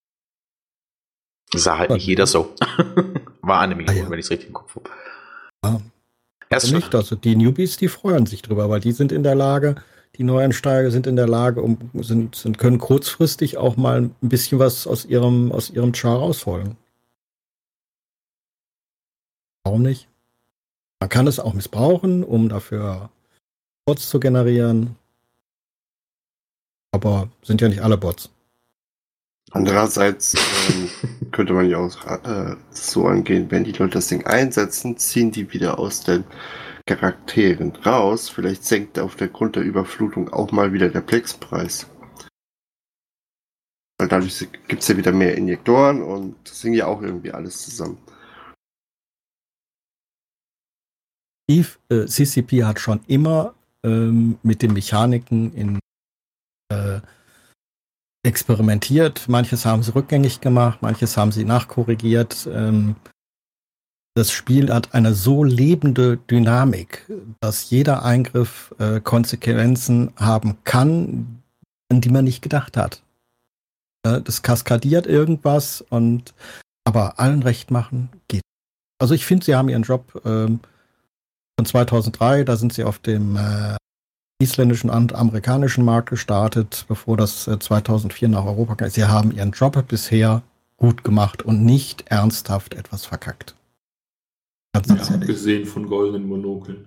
Sah halt nicht jeder so. War eine Million, ah, ja. Wenn ich es richtig im Kopf habe. Ja. Also nicht, also die Newbies, die freuen sich drüber, weil die sind in der Lage, die Neueinsteiger sind in der Lage, um, sind, sind, können kurzfristig auch mal ein bisschen was aus ihrem, aus ihrem Char rausholen. Warum nicht? Man kann es auch missbrauchen, um dafür Bots zu generieren. Aber sind ja nicht alle Bots. Andererseits ähm, könnte man ja auch äh, so angehen, wenn die Leute das Ding einsetzen, ziehen die wieder aus den Charakteren raus. Vielleicht senkt auf der Grund der Überflutung auch mal wieder der Plexpreis. Weil dadurch gibt es ja wieder mehr Injektoren und das hängt ja auch irgendwie alles zusammen. Eve, äh, C C P hat schon immer ähm, mit den Mechaniken in äh, experimentiert. Manches haben sie rückgängig gemacht, manches haben sie nachkorrigiert. Ähm, das Spiel hat eine so lebende Dynamik, dass jeder Eingriff äh, Konsequenzen haben kann, an die man nicht gedacht hat. Äh, das kaskadiert irgendwas und aber allen recht machen geht. Also ich finde, sie haben ihren Job ähm, von zweitausenddrei, da sind sie auf dem äh, isländischen und amerikanischen Markt gestartet, bevor das äh, zweitausendvier nach Europa kam. Sie haben ihren Job bisher gut gemacht und nicht ernsthaft etwas verkackt. Ganz ja, abgesehen von goldenen Monokeln.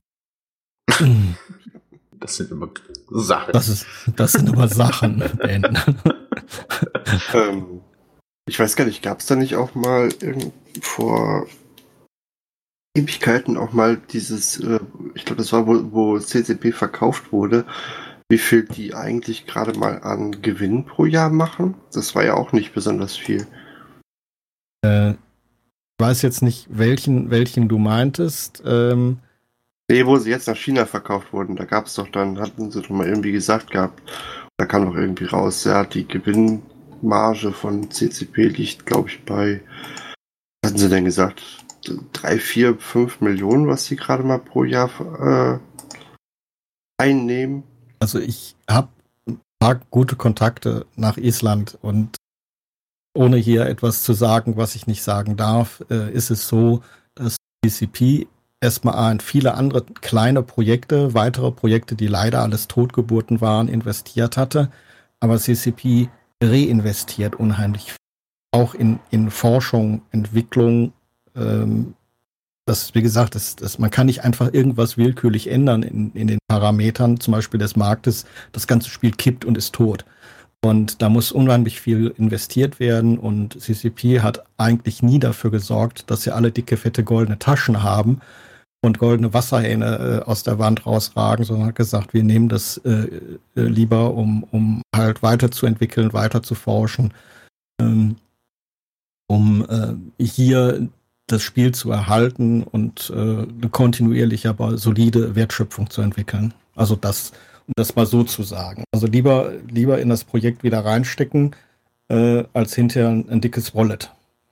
Das sind immer Sachen. Das, ist, das sind immer Sachen, Ben. ähm, ich weiß gar nicht, gab es da nicht auch mal irgend vor Ewigkeiten auch mal dieses, äh, ich glaube, das war, wo, wo C C P verkauft wurde, wie viel die eigentlich gerade mal an Gewinn pro Jahr machen? Das war ja auch nicht besonders viel. Äh, ich weiß jetzt nicht, welchen, welchen du meintest. Ähm, nee, wo sie jetzt nach China verkauft wurden, da gab es doch dann, hatten sie doch mal irgendwie gesagt gehabt, da kam doch irgendwie raus, ja, die Gewinnmarge von C C P liegt, glaube ich, bei, was hatten sie denn gesagt? drei, vier, fünf Millionen, was sie gerade mal pro Jahr äh, einnehmen. Also ich habe ein paar gute Kontakte nach Island und ohne hier etwas zu sagen, was ich nicht sagen darf, äh, ist es so, dass C C P erstmal in viele andere kleine Projekte, weitere Projekte, die leider alles Totgeburten waren, investiert hatte. Aber C C P reinvestiert unheimlich viel. Auch in, in Forschung, Entwicklung, das, wie gesagt, das, das, man kann nicht einfach irgendwas willkürlich ändern in, in den Parametern, zum Beispiel des Marktes. Das ganze Spiel kippt und ist tot. Und da muss unheimlich viel investiert werden. Und C C P hat eigentlich nie dafür gesorgt, dass sie alle dicke, fette, goldene Taschen haben und goldene Wasserhähne äh, aus der Wand rausragen, sondern hat gesagt, wir nehmen das äh, äh, lieber, um, um halt weiterzuentwickeln, weiter zu forschen, ähm, um äh, hier das Spiel zu erhalten und äh, eine kontinuierliche, aber solide Wertschöpfung zu entwickeln. Also das, um das mal so zu sagen. Also lieber, lieber in das Projekt wieder reinstecken, äh, als hinterher ein, ein dickes Wallet.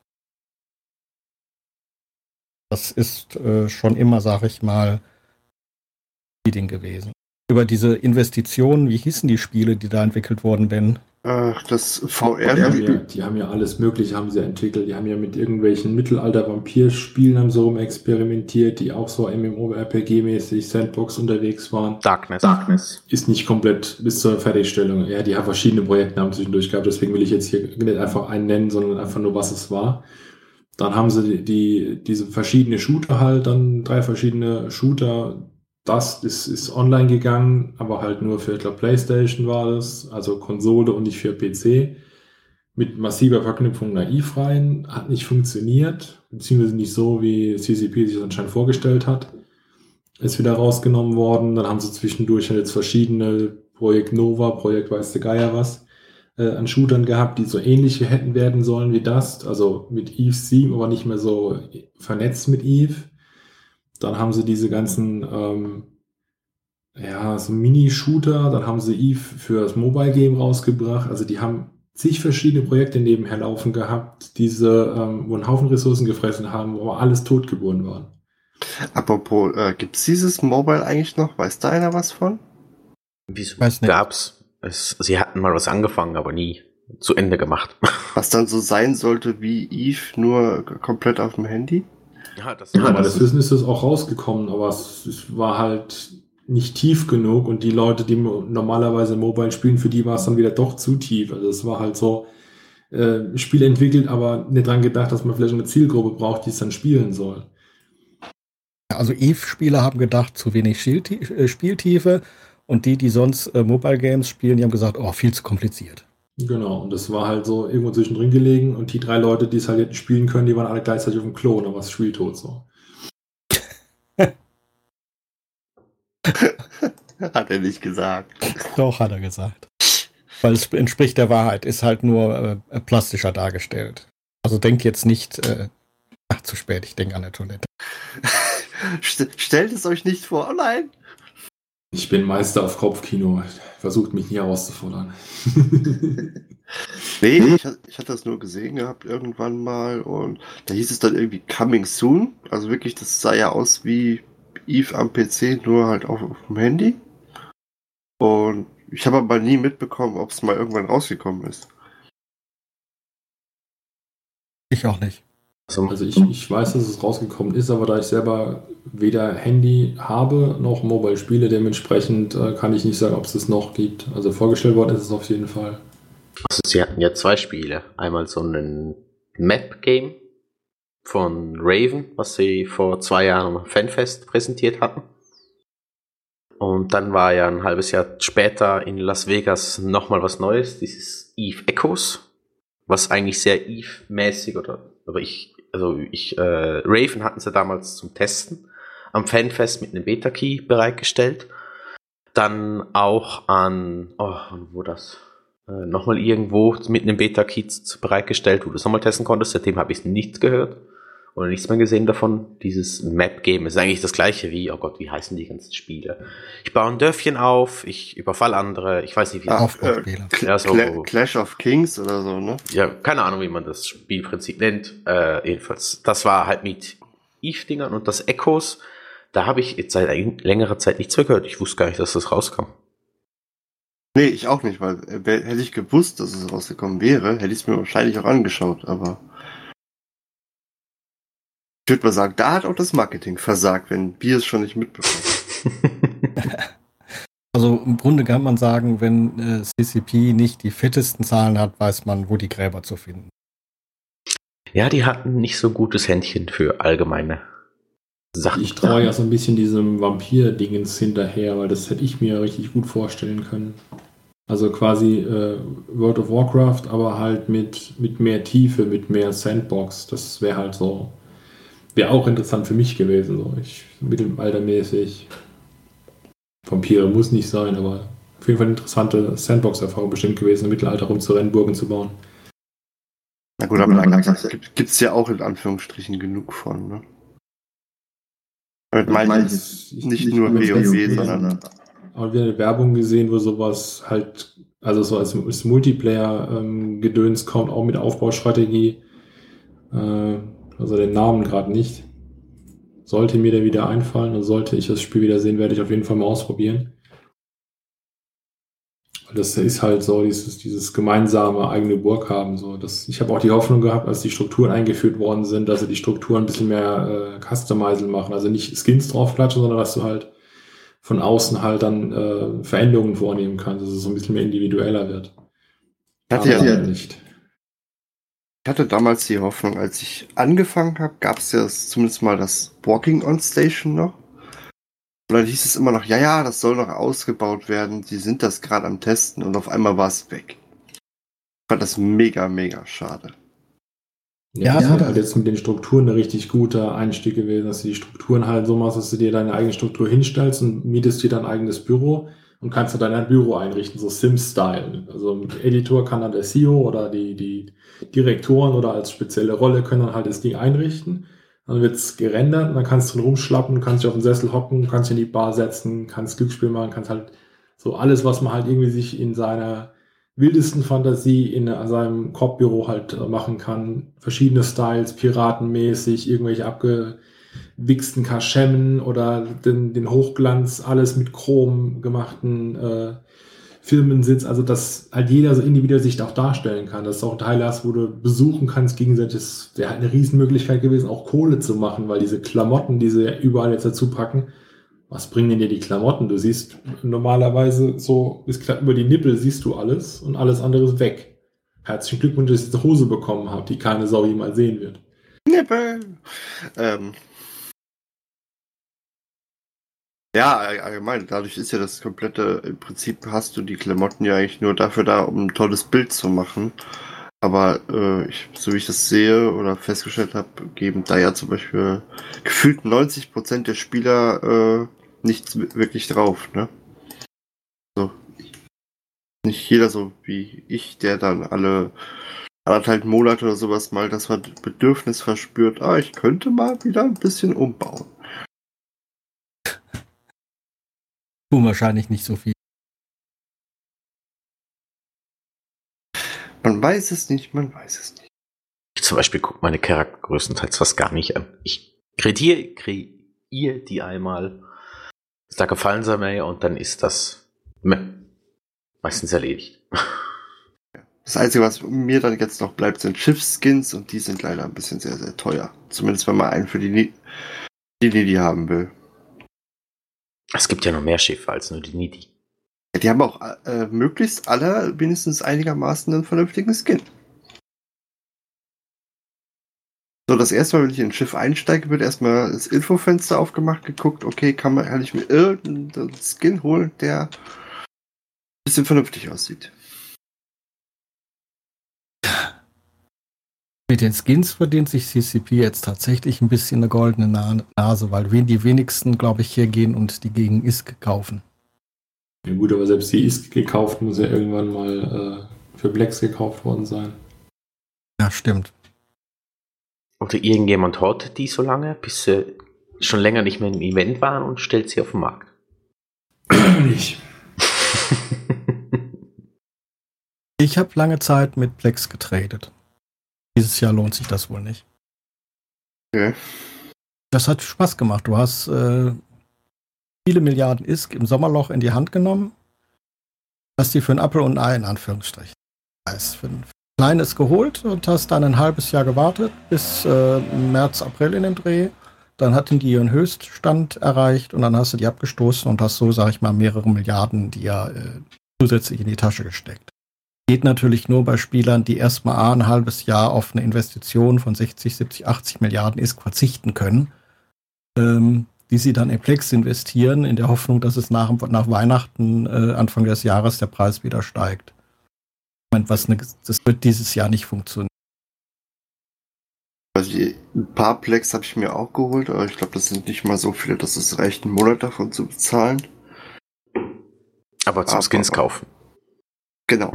Das ist äh, schon immer, sag ich mal, Leading gewesen. Über diese Investitionen, wie hießen die Spiele, die da entwickelt wurden, Ben? Ach, das V Die haben, ja, R-Spiel. die haben ja alles Mögliche haben sie entwickelt. Die haben ja mit irgendwelchen Mittelalter-Vampir-Spielen haben so rum experimentiert, die auch so MMORPG-mäßig Sandbox unterwegs waren. Darkness. Darkness. Ist nicht komplett bis zur Fertigstellung. Ja, die haben verschiedene Projektnamen zwischendurch gehabt, deswegen will ich jetzt hier nicht einfach einen nennen, sondern einfach nur, was es war. Dann haben sie die, die diese verschiedene Shooter halt, dann drei verschiedene Shooter. Das ist, ist online gegangen, aber halt nur für, ich glaube, PlayStation war das, also Konsole und nicht für P C. Mit massiver Verknüpfung naiv rein, hat nicht funktioniert, beziehungsweise nicht so, wie C C P sich das anscheinend vorgestellt hat. Ist wieder rausgenommen worden. Dann haben sie zwischendurch jetzt verschiedene Projekt Nova, Projekt weiß der Geier was, äh, an Shootern gehabt, die so ähnliche hätten werden sollen wie das, also mit Eve sieben, aber nicht mehr so vernetzt mit Eve. Dann haben sie diese ganzen ähm, ja, so Mini-Shooter, dann haben sie Eve für das Mobile-Game rausgebracht. Also die haben zig verschiedene Projekte nebenher laufen gehabt, diese, ähm, wo einen Haufen Ressourcen gefressen haben, wo alles totgeboren waren. Apropos, äh, gibt's dieses Mobile eigentlich noch? Weiß da einer was von? Wieso Weiß nicht. gab's? Es, sie hatten mal was angefangen, aber nie zu Ende gemacht. Was dann so sein sollte wie Eve, nur komplett auf dem Handy? Ja, das Ja, aber das Wissen ist es auch rausgekommen, aber es, es war halt nicht tief genug und die Leute, die normalerweise Mobile spielen, für die war es dann wieder doch zu tief. Also es war halt so, äh, Spiel entwickelt, aber nicht dran gedacht, dass man vielleicht eine Zielgruppe braucht, die es dann spielen soll. Also Eve-Spieler haben gedacht, zu wenig Spieltie- äh, Spieltiefe und die, die sonst äh, Mobile Games spielen, die haben gesagt, oh, viel zu kompliziert. Genau, und das war halt so irgendwo zwischendrin gelegen und die drei Leute, die es halt hätten spielen können, die waren alle gleichzeitig auf dem Klo, und dann war das Spiel tot so. Hat er nicht gesagt. Doch, hat er gesagt. Weil es entspricht der Wahrheit, ist halt nur äh, plastischer dargestellt. Also denk jetzt nicht, äh, ach, zu spät, ich denke an der Toilette. St- stellt es euch nicht vor, oh nein! Ich bin Meister auf Kopfkino, versucht mich nie herauszufordern. Nee, ich, ich hatte das nur gesehen gehabt irgendwann mal und da hieß es dann irgendwie Coming Soon. Also wirklich, das sah ja aus wie Eve am P C, nur halt auch auf dem Handy. Und ich habe aber nie mitbekommen, ob es mal irgendwann rausgekommen ist. Ich auch nicht. Also ich, ich weiß, dass es rausgekommen ist, aber da ich selber weder Handy habe noch Mobile spiele, dementsprechend äh, kann ich nicht sagen, ob es es noch gibt. Also vorgestellt worden ist es auf jeden Fall. Also sie hatten ja zwei Spiele. Einmal so ein Map-Game von Raven, was sie vor zwei Jahren am Fanfest präsentiert hatten. Und dann war ja ein halbes Jahr später in Las Vegas nochmal was Neues, dieses Eve Echoes, was eigentlich sehr Eve-mäßig oder, aber ich, also ich, äh, Raven hatten sie damals zum Testen am Fanfest mit einem Beta-Key bereitgestellt. Dann auch an, oh, wo das? Äh, nochmal irgendwo mit einem Beta-Key bereitgestellt, wo du es nochmal testen konntest. Seitdem habe ich nichts gehört oder nichts mehr gesehen davon. Dieses Map-Game ist eigentlich das gleiche wie, oh Gott, wie heißen die ganzen Spiele? Ich baue ein Dörfchen auf, ich überfall andere, ich weiß nicht wie. Ah, das äh, Cl- ja, so, Cl- Clash of Kings oder so, ne? Ja, keine Ahnung, wie man das Spielprinzip nennt. Äh, jedenfalls, das war halt mit Eve-Dingern und das Echos. Da habe ich jetzt seit längerer Zeit nichts mehr gehört. Ich wusste gar nicht, dass das rauskam. Nee, ich auch nicht, weil äh, hätte ich gewusst, dass es rausgekommen wäre, hätte ich es mir wahrscheinlich auch angeschaut, aber ich würde mal sagen, da hat auch das Marketing versagt, wenn wir es schon nicht mitbekommen. Also im Grunde kann man sagen, wenn äh, C C P nicht die fettesten Zahlen hat, weiß man, wo die Gräber zu finden. Ja, die hatten nicht so gutes Händchen für allgemeine Sachen. Ich traue ja so ein bisschen diesem Vampir-Dingens hinterher, weil das hätte ich mir richtig gut vorstellen können. Also quasi äh, World of Warcraft, aber halt mit, mit mehr Tiefe, mit mehr Sandbox. Das wäre halt so, wäre auch interessant für mich gewesen. So. Ich mittelaltermäßig. Vampire muss nicht sein, aber auf jeden Fall eine interessante Sandbox-Erfahrung bestimmt gewesen, im Mittelalter rumzurennen, Burgen zu bauen. Na gut, aber da gibt es ja auch in Anführungsstrichen genug von, ne? Damit meine ich nicht, nicht nur WoW, sondern... Aber wir haben eine Werbung gesehen, wo sowas halt, also so als, als Multiplayer-Gedöns ähm, kommt, auch mit Aufbaustrategie. Äh, also den Namen gerade nicht. Sollte mir der wieder einfallen und sollte ich das Spiel wieder sehen, werde ich auf jeden Fall mal ausprobieren. Das ist halt so, dieses, dieses gemeinsame eigene Burg haben. So. Das, ich habe auch die Hoffnung gehabt, als die Strukturen eingeführt worden sind, dass sie die Strukturen ein bisschen mehr äh, customizen machen. Also nicht Skins draufklatschen, sondern dass du halt von außen halt dann äh, Veränderungen vornehmen kannst, dass es so ein bisschen mehr individueller wird. Hatte ja, ja nicht. Ich hatte damals die Hoffnung, als ich angefangen habe, gab es ja zumindest mal das Walking on Station noch. Und dann hieß es immer noch, ja, ja, das soll noch ausgebaut werden, die sind das gerade am Testen und auf einmal war es weg. Ich fand das mega, mega schade. Ja, das ja, halt jetzt mit den Strukturen ein richtig guter Einstieg gewesen, dass du die Strukturen halt so machst, dass du dir deine eigene Struktur hinstellst und mietest dir dein eigenes Büro und kannst du dein Büro einrichten, so Sims-Style. Also im Editor kann dann der C E O oder die, die Direktoren oder als spezielle Rolle können dann halt das Ding einrichten. Dann wird es gerendert und dann kannst du drin rumschlappen, kannst dich auf den Sessel hocken, kannst dich in die Bar setzen, kannst Glücksspiel machen, kannst halt so alles, was man halt irgendwie sich in seiner wildesten Fantasie in seinem Korbüro halt machen kann. Verschiedene Styles, piratenmäßig, irgendwelche abgewichsten Kaschemmen oder den, den Hochglanz, alles mit Chrom gemachten äh, Firmensitz, also dass halt jeder so individuell sich auch darstellen kann, dass du auch Teile hast, wo du besuchen kannst gegenseitig. Das wäre halt eine Riesenmöglichkeit gewesen, auch Kohle zu machen, weil diese Klamotten, die sie überall jetzt dazu packen, was bringen denn dir die Klamotten? Du siehst normalerweise so, bis knapp über die Nippel siehst du alles und alles andere ist weg. Herzlichen Glückwunsch, dass ich eine Hose bekommen habe, die keine Sau jemals sehen wird. Nippel! Ähm. Ja, allgemein, dadurch ist ja das komplette, im Prinzip hast du die Klamotten ja eigentlich nur dafür da, um ein tolles Bild zu machen. Aber äh, ich, so wie ich das sehe oder festgestellt habe, geben da ja zum Beispiel gefühlt neunzig Prozent der Spieler äh, nichts wirklich drauf, ne? So. Nicht jeder so wie ich, der dann alle anderthalb Monate oder sowas mal das Bedürfnis verspürt, ah, ich könnte mal wieder ein bisschen umbauen. Tun wahrscheinlich nicht so viel. Man weiß es nicht, man weiß es nicht. Ich zum Beispiel gucke meine Charakter größtenteils fast gar nicht an. Ich kreiere, kreiere die einmal, da gefallen sie mir und dann ist das meistens erledigt. Das Einzige, was mir dann jetzt noch bleibt, sind Schiffsskins und die sind leider ein bisschen sehr, sehr teuer. Zumindest wenn man einen für die Nidi, die Nidi haben will. Es gibt ja noch mehr Schiffe als nur die Nidi. Ja, die haben auch äh, möglichst alle wenigstens einigermaßen einen vernünftigen Skin. So, das erste Mal, wenn ich in ein Schiff einsteige, wird erstmal das Infofenster aufgemacht, geguckt, okay, kann, man, kann ich mir irgendeinen Skin holen, der ein bisschen vernünftig aussieht. Mit den Skins verdient sich C C P jetzt tatsächlich ein bisschen eine goldene Na- Nase, weil die wenigsten, glaube ich, hergehen und die gegen I S K kaufen. Ja gut, aber selbst die I S K gekauft muss ja irgendwann mal äh, für Blacks gekauft worden sein. Ja, stimmt. Oder irgendjemand hat die so lange, bis sie schon länger nicht mehr im Event waren und stellt sie auf den Markt. Nicht. Ich habe lange Zeit mit Blacks getradet. Dieses Jahr lohnt sich das wohl nicht. Okay. Das hat Spaß gemacht. Du hast äh, viele Milliarden I S K im Sommerloch in die Hand genommen, hast die für ein Apfel und ein Ei in Anführungsstrichen. Das heißt, für ein kleines geholt und hast dann ein halbes Jahr gewartet bis äh, März, April in dem Dreh. Dann hatten die ihren Höchststand erreicht und dann hast du die abgestoßen und hast so, sag ich mal, mehrere Milliarden die ja äh, zusätzlich in die Tasche gesteckt. Geht natürlich nur bei Spielern, die erstmal ein halbes Jahr auf eine Investition von sechzig, siebzig, achtzig Milliarden I S K verzichten können. ähm, die sie dann in Plex investieren, in der Hoffnung, dass es nach, nach Weihnachten, äh, Anfang des Jahres, der Preis wieder steigt. Ich meine, was ne, das wird dieses Jahr nicht funktionieren. Also die, ein paar Plex habe ich mir auch geholt, aber ich glaube, das sind nicht mal so viele, dass es reicht, einen Monat davon zu bezahlen. Aber zum aber, Skins kaufen. Genau.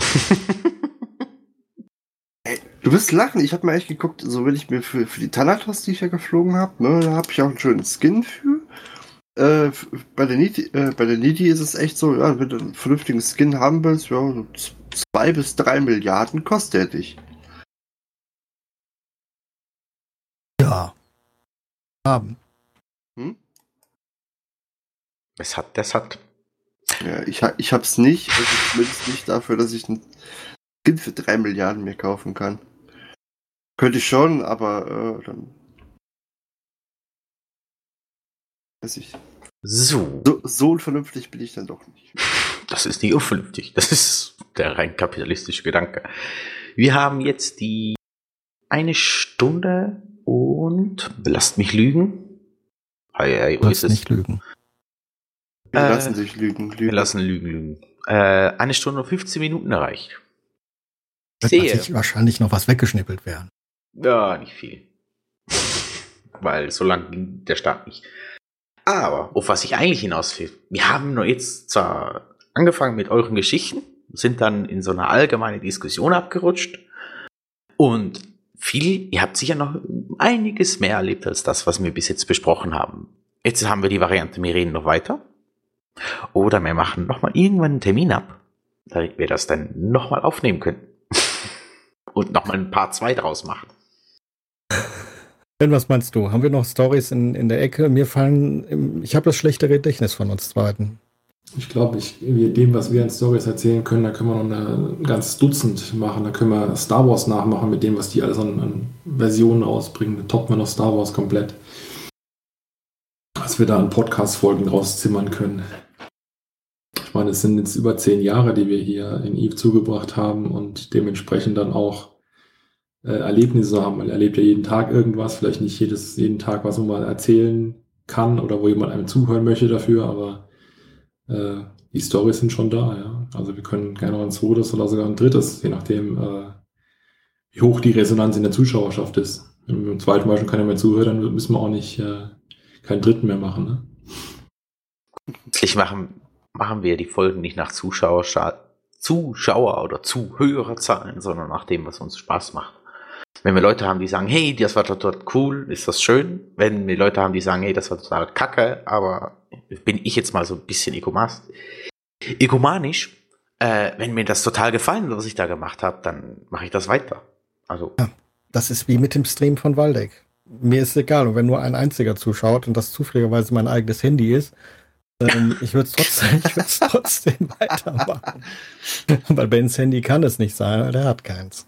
Ey, du wirst lachen, ich habe mir echt geguckt, so wenn ich mir für, für die Thanatos, die ich ja geflogen habe, ne, da habe ich auch einen schönen Skin für. Äh, bei der Needy, äh, bei der Needy ist es echt so, ja, wenn du einen vernünftigen Skin haben willst, ja, so zwei bis drei Milliarden kostet er dich. Ja. Haben. Hm? Es hat, das hat. Ja, ich, ich hab's nicht, also zumindest nicht dafür, dass ich einen Skin für drei Milliarden mir kaufen kann. Könnte ich schon, aber äh, dann. Weiß ich. So. so. So unvernünftig bin ich dann doch nicht. Das ist nicht unvernünftig. Das ist der rein kapitalistische Gedanke. Wir haben jetzt die eine Stunde und lasst mich lügen. Hey, hey, du wirst nicht lügen. Wir äh, lassen sich lügen. lügen. Wir lassen lügen, lügen. Äh, eine Stunde und fünfzehn Minuten erreicht. Wird natürlich wahrscheinlich noch was weggeschnippelt werden. Ja, nicht viel. Weil so lang ging der Start nicht. Aber, auf was ich eigentlich hinaus will, wir haben nur jetzt zwar angefangen mit euren Geschichten, sind dann in so eine allgemeine Diskussion abgerutscht und viel, ihr habt sicher noch einiges mehr erlebt als das, was wir bis jetzt besprochen haben. Jetzt haben wir die Variante, wir reden noch weiter oder wir machen nochmal irgendwann einen Termin ab, damit wir das dann nochmal aufnehmen können und nochmal ein Part zwei draus machen. Ben, was meinst du? Haben wir noch Storys in, in der Ecke? Mir fallen, ich habe das schlechte Gedächtnis von uns zweiten. Ich glaube, ich, dem, was wir an Storys erzählen können, da können wir noch eine, ein ganz Dutzend machen. Da können wir Star Wars nachmachen mit dem, was die alles an, an Versionen rausbringen. Da toppen wir noch Star Wars komplett. Was wir da an Podcast-Folgen rauszimmern können. Ich meine, es sind jetzt über zehn Jahre, die wir hier in Eve zugebracht haben und dementsprechend dann auch äh, Erlebnisse haben. Man erlebt ja jeden Tag irgendwas, vielleicht nicht jedes, jeden Tag, was man mal erzählen kann oder wo jemand einem zuhören möchte dafür, aber äh, die Storys sind schon da, ja. Also wir können gerne noch ein zweites oder sogar ein drittes, je nachdem, äh, wie hoch die Resonanz in der Zuschauerschaft ist. Wenn wir im zweiten Mal schon keiner mehr zuhört, dann müssen wir auch nicht äh, keinen dritten mehr machen, ne? Letztlich machen, machen wir die Folgen nicht nach Zuschauer, Zuschauer oder Zuhörerzahlen, sondern nach dem, was uns Spaß macht. Wenn wir Leute haben, die sagen, hey, das war total cool, ist das schön. Wenn wir Leute haben, die sagen, hey, das war total kacke, aber bin ich jetzt mal so ein bisschen egomas- egomanisch, äh, wenn mir das total gefallen, was ich da gemacht habe, dann mache ich das weiter. Also ja, das ist wie mit dem Stream von Waldeck. Mir ist egal, und wenn nur ein einziger zuschaut und das zufälligerweise mein eigenes Handy ist, ähm, ich würde es trotzdem, ich würd's trotzdem weitermachen. Weil Bens Handy kann es nicht sein, weil der hat keins.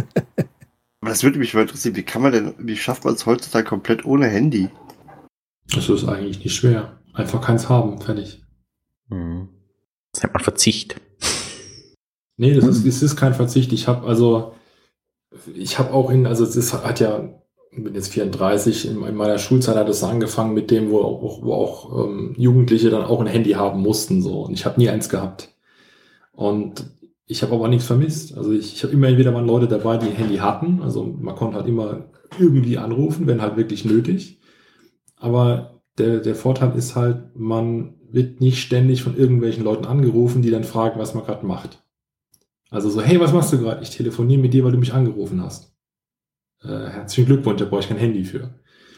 Aber das würde mich mal interessieren, wie kann man denn, wie schafft man es heutzutage komplett ohne Handy? Das ist eigentlich nicht schwer. Einfach keins haben, fertig. Mhm. Das nennt man Verzicht. Nee, das ist, es ist kein Verzicht. Ich habe also, ich habe auch in, also es hat ja, ich bin jetzt vierunddreißig, in, in meiner Schulzeit hat es angefangen mit dem, wo auch, wo auch ähm, Jugendliche dann auch ein Handy haben mussten, so. Und ich habe nie eins gehabt. Und ich habe aber nichts vermisst. Also ich, ich habe immer wieder mal Leute dabei, die ein Handy hatten. Also man konnte halt immer irgendwie anrufen, wenn halt wirklich nötig. Aber der, der Vorteil ist halt, man wird nicht ständig von irgendwelchen Leuten angerufen, die dann fragen, was man gerade macht. Also so, hey, was machst du gerade? Ich telefoniere mit dir, weil du mich angerufen hast. Äh, herzlichen Glückwunsch, da brauche ich kein Handy für.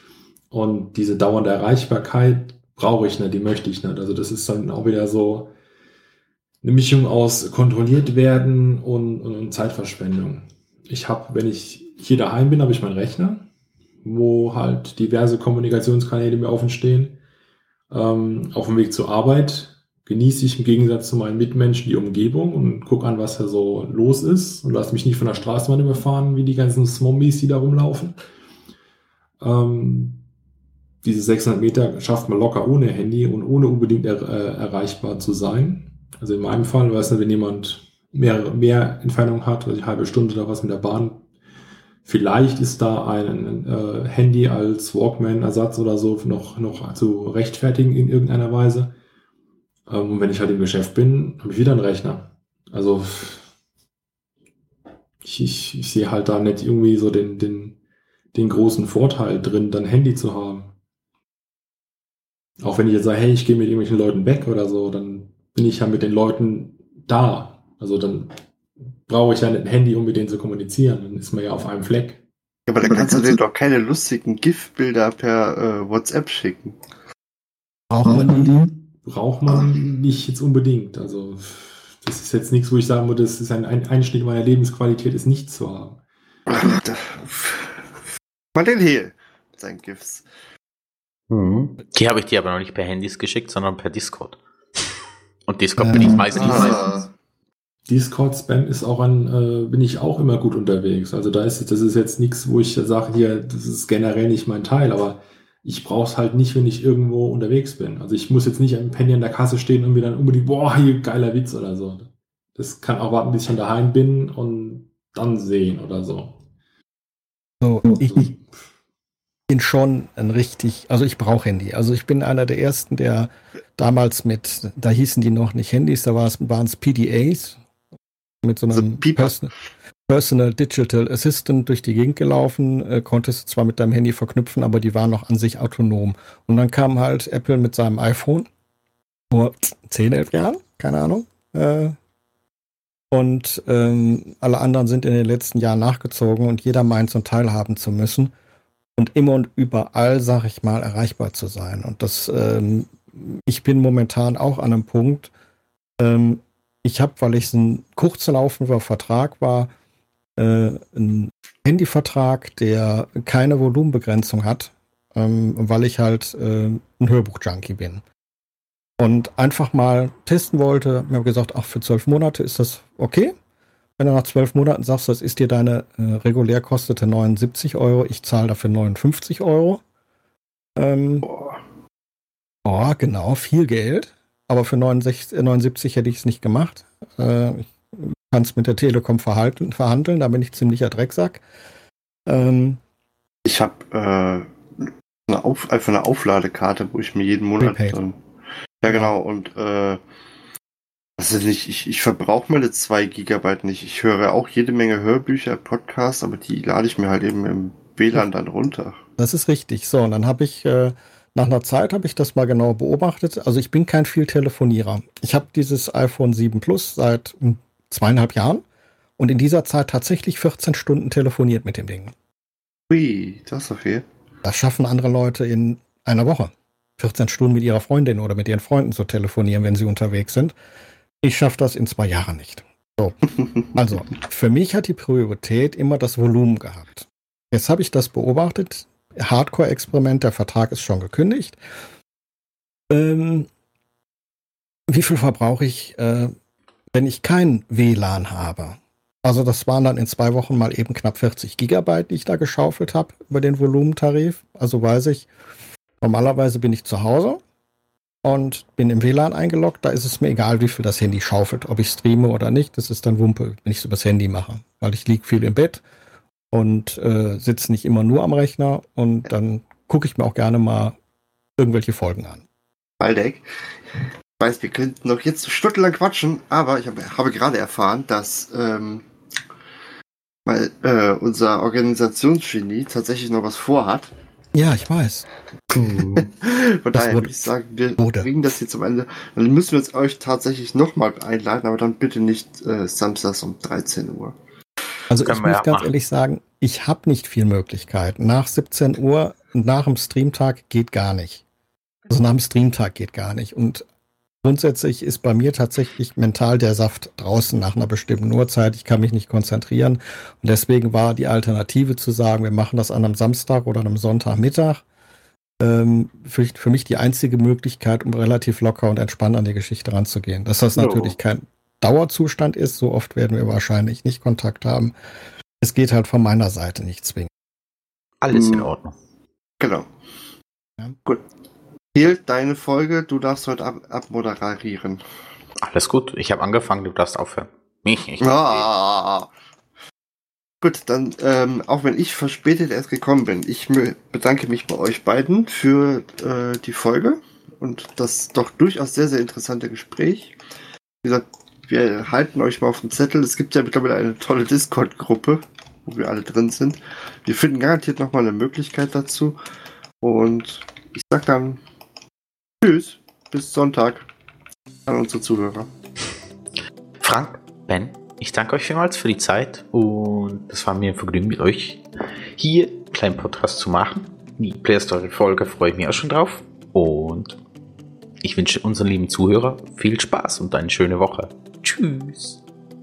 Und diese dauernde Erreichbarkeit brauche ich nicht, die möchte ich nicht. Also das ist dann auch wieder so eine Mischung aus kontrolliert werden und, und, und Zeitverschwendung. Ich habe, wenn ich hier daheim bin, habe ich meinen Rechner, wo halt diverse Kommunikationskanäle mir offen stehen. Ähm, auf dem Weg zur Arbeit genieße ich im Gegensatz zu meinen Mitmenschen die Umgebung und gucke an, was da so los ist und lasse mich nicht von der Straßenbahn überfahren, wie die ganzen Zombies, die da rumlaufen. Ähm, diese sechshundert Meter schafft man locker ohne Handy und ohne unbedingt er, äh, erreichbar zu sein. Also in meinem Fall, weiß nicht, wenn jemand mehr, mehr Entfernung hat, also eine halbe Stunde oder was mit der Bahn Vielleicht ist da ein äh, Handy als Walkman-Ersatz oder so noch, noch zu rechtfertigen in irgendeiner Weise. Ähm, und wenn ich halt im Geschäft bin, habe ich wieder einen Rechner. Also ich, ich, ich sehe halt da nicht irgendwie so den, den, den großen Vorteil drin, dann ein Handy zu haben. Auch wenn ich jetzt sage, hey, ich gehe mit irgendwelchen Leuten weg oder so, dann bin ich ja mit den Leuten da. Also dann brauche ich ja nicht ein Handy, um mit denen zu kommunizieren. Dann ist man ja auf einem Fleck. Ja, aber dann kannst du denen doch keine lustigen GIF-Bilder per äh, WhatsApp schicken. Braucht man die? Braucht man nicht jetzt unbedingt. Also das ist jetzt nichts, wo ich sagen würde, das ist ein Einschnitt meiner Lebensqualität, ist nicht zu haben. Mal den Hehl mit seinen GIFs. Mhm. Die habe ich dir aber noch nicht per Handys geschickt, sondern per Discord. Und Discord bin ich meistens. Ah. Discord-Spam ist auch an, äh, bin ich auch immer gut unterwegs. Also da ist, das ist jetzt nichts, wo ich sage, hier, das ist generell nicht mein Teil, aber ich brauche es halt nicht, wenn ich irgendwo unterwegs bin. Also ich muss jetzt nicht am Penny an der Kasse stehen und mir dann unbedingt, boah, hier, geiler Witz oder so. Das kann auch warten, bis ich dann daheim bin und dann sehen oder so. So, ich bin schon ein richtig, also ich brauche Handy. Also ich bin einer der ersten, der damals mit, da hießen die noch nicht Handys, da waren es P D As, mit so einem Also Person, Personal Digital Assistant durch die Gegend gelaufen, äh, konntest du zwar mit deinem Handy verknüpfen, aber die waren noch an sich autonom. Und dann kam halt Apple mit seinem iPhone vor zehn, elf Jahren, keine Ahnung. Äh, und ähm, alle anderen sind in den letzten Jahren nachgezogen und jeder meint, so ein Teil haben zu müssen und immer und überall, sag ich mal, erreichbar zu sein. Und das, ähm, ich bin momentan auch an einem Punkt, ähm, ich habe, weil ich ein kurzlaufender Vertrag war, äh, einen Handyvertrag, der keine Volumenbegrenzung hat, ähm, weil ich halt äh, ein Hörbuch-Junkie bin. Und einfach mal testen wollte, mir habe gesagt, ach, für zwölf Monate ist das okay. Wenn du nach zwölf Monaten sagst, das ist dir deine äh, regulär kostete neunundsiebzig Euro, ich zahle dafür neunundfünfzig Euro. Ähm, Boah. oh, genau, viel Geld. Aber für neunundsechzig, neunundsiebzig hätte ich es nicht gemacht. Äh, ich kann es mit der Telekom verhalten, verhandeln, da bin ich ziemlicher Drecksack. Ähm, Ich habe äh, eine Auf, einfach eine Aufladekarte, wo ich mir jeden Monat Prepaid. dann. Ja, genau, und äh, also nicht, ich, ich verbrauche meine zwei Gigabyte nicht. Ich höre auch jede Menge Hörbücher, Podcasts, aber die lade ich mir halt eben im W L A N dann runter. Das ist richtig. So, und dann habe ich, äh, nach einer Zeit habe ich das mal genau beobachtet. Also ich bin kein viel Telefonierer. Ich habe dieses iPhone sieben Plus seit hm, zweieinhalb Jahren und in dieser Zeit tatsächlich vierzehn Stunden telefoniert mit dem Ding. Ui, das ist so viel. Das schaffen andere Leute in einer Woche. vierzehn Stunden mit ihrer Freundin oder mit ihren Freunden zu telefonieren, wenn sie unterwegs sind. Ich schaffe das in zwei Jahren nicht. So. Also, für mich hat die Priorität immer das Volumen gehabt. Jetzt habe ich das beobachtet. Hardcore-Experiment, der Vertrag ist schon gekündigt. Ähm, wie viel verbrauche ich, äh, wenn ich kein W L A N habe? Also das waren dann in zwei Wochen mal eben knapp vierzig Gigabyte, die ich da geschaufelt habe über den Volumentarif. Also weiß ich, normalerweise bin ich zu Hause und bin im W L A N eingeloggt. Da ist es mir egal, wie viel das Handy schaufelt, ob ich streame oder nicht. Das ist dann Wumpe, wenn ich es übers Handy mache. Weil ich liege viel im Bett und äh, sitze nicht immer nur am Rechner. Und dann gucke ich mir auch gerne mal irgendwelche Folgen an. Waldeck, ich weiß, wir könnten noch jetzt stundenlang quatschen, aber ich hab, habe gerade erfahren, dass ähm, weil, äh, unser Organisationsgenie tatsächlich noch was vorhat. Ja, ich weiß. Von Das daher wurde- würde ich sagen, wir wurde. bringen das hier zum Ende. Dann müssen wir jetzt euch tatsächlich nochmal einladen, aber dann bitte nicht äh, samstags um dreizehn Uhr. Also Können ich wir muss ja ganz machen. ehrlich sagen, ich habe nicht viel Möglichkeiten. Nach siebzehn Uhr, nach dem Streamtag geht gar nicht. Also nach dem Streamtag geht gar nicht. Und grundsätzlich ist bei mir tatsächlich mental der Saft draußen nach einer bestimmten Uhrzeit. Ich kann mich nicht konzentrieren. Und deswegen war die Alternative zu sagen, wir machen das an einem Samstag oder einem Sonntagmittag, ähm, für, für mich die einzige Möglichkeit, um relativ locker und entspannt an die Geschichte ranzugehen. Dass das Jo. natürlich kein Dauerzustand ist, so oft werden wir wahrscheinlich nicht Kontakt haben. Es geht halt von meiner Seite nicht zwingend. Alles in Hm. Ordnung. Genau. Ja. Gut. Hiel, deine Folge, du darfst heute ab abmoderieren. Alles gut. Ich habe angefangen, du darfst aufhören. Ah. Gut, dann, ähm, auch wenn ich verspätet erst gekommen bin, ich bedanke mich bei euch beiden für äh, die Folge und das doch durchaus sehr, sehr interessante Gespräch. Wie gesagt, wir halten euch mal auf dem Zettel. Es gibt ja mittlerweile eine tolle Discord-Gruppe, wo wir alle drin sind. Wir finden garantiert nochmal eine Möglichkeit dazu. Und ich sag dann tschüss, bis Sonntag an unsere Zuhörer. Frank, Ben, ich danke euch vielmals für die Zeit und es war mir ein Vergnügen mit euch hier einen kleinen Podcast zu machen. Die Player Story Folge freue ich mich auch schon drauf und ich wünsche unseren lieben Zuhörern viel Spaß und eine schöne Woche. Tschüss.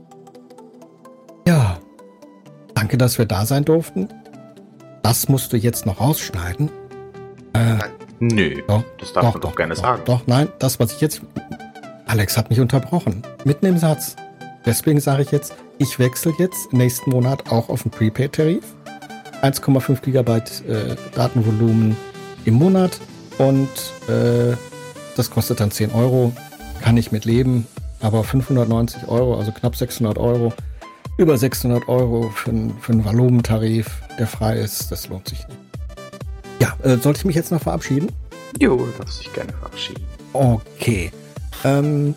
Ja, danke, dass wir da sein durften. Das musst du jetzt noch rausschneiden. Äh, Nö, doch, das darf doch, man doch, doch gerne doch, sagen. Doch, nein, das, was ich jetzt... Alex hat mich unterbrochen. Mitten im Satz. Deswegen sage ich jetzt, ich wechsle jetzt nächsten Monat auch auf den Prepaid-Tarif. eins Komma fünf Gigabyte äh, Datenvolumen im Monat und äh, das kostet dann zehn Euro. Kann ich mit leben, aber fünfhundertneunzig Euro, also knapp sechshundert Euro, über sechshundert Euro für, für einen Volumentarif, der frei ist, das lohnt sich nicht. Ja, äh, sollte ich mich jetzt noch verabschieden? Jo, du darfst dich gerne verabschieden. Okay. Ähm,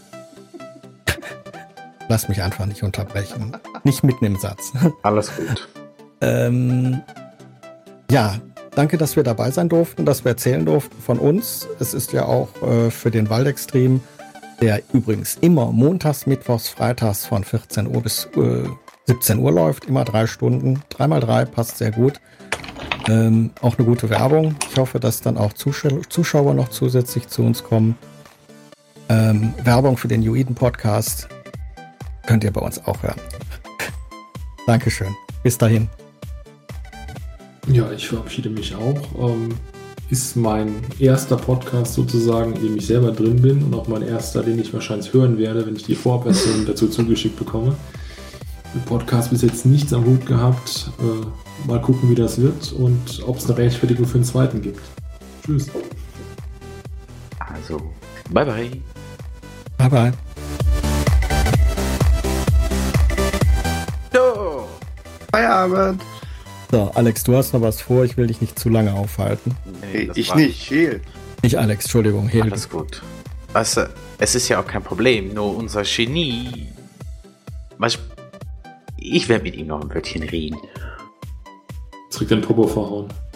lass mich einfach nicht unterbrechen. Nicht mitten im Satz. Alles gut. ähm, ja, danke, dass wir dabei sein durften, dass wir erzählen durften von uns. Es ist ja auch äh, für den Waldeck-Stream, der übrigens immer montags, mittwochs, freitags von vierzehn Uhr bis äh, siebzehn Uhr läuft, immer drei Stunden. drei mal drei passt sehr gut. Ähm, auch eine gute Werbung. Ich hoffe, dass dann auch Zuschauer, Zuschauer noch zusätzlich zu uns kommen. Ähm, Werbung für den Juiden-Podcast könnt ihr bei uns auch hören. Dankeschön. Bis dahin. Ja, ich verabschiede mich auch. Ähm, ist mein erster Podcast sozusagen, in dem ich selber drin bin und auch mein erster, den ich wahrscheinlich hören werde, wenn ich die Vorversion dazu zugeschickt bekomme. Mit Podcast bis jetzt nichts am Hut gehabt. Äh, mal gucken, wie das wird und ob es eine Rechtfertigung für den zweiten gibt. Tschüss. Also, bye bye. Bye bye. So. Feierabend! So, Alex, du hast noch was vor. Ich will dich nicht zu lange aufhalten. Nee, das Ich war nicht, Hehl. Nicht Alex, Entschuldigung. Hel. Alles gut. Also, es ist ja auch kein Problem, nur unser Genie. Was? Ich werde mit ihm noch ein Wörtchen reden. Jetzt kriegt er den Popo verhauen.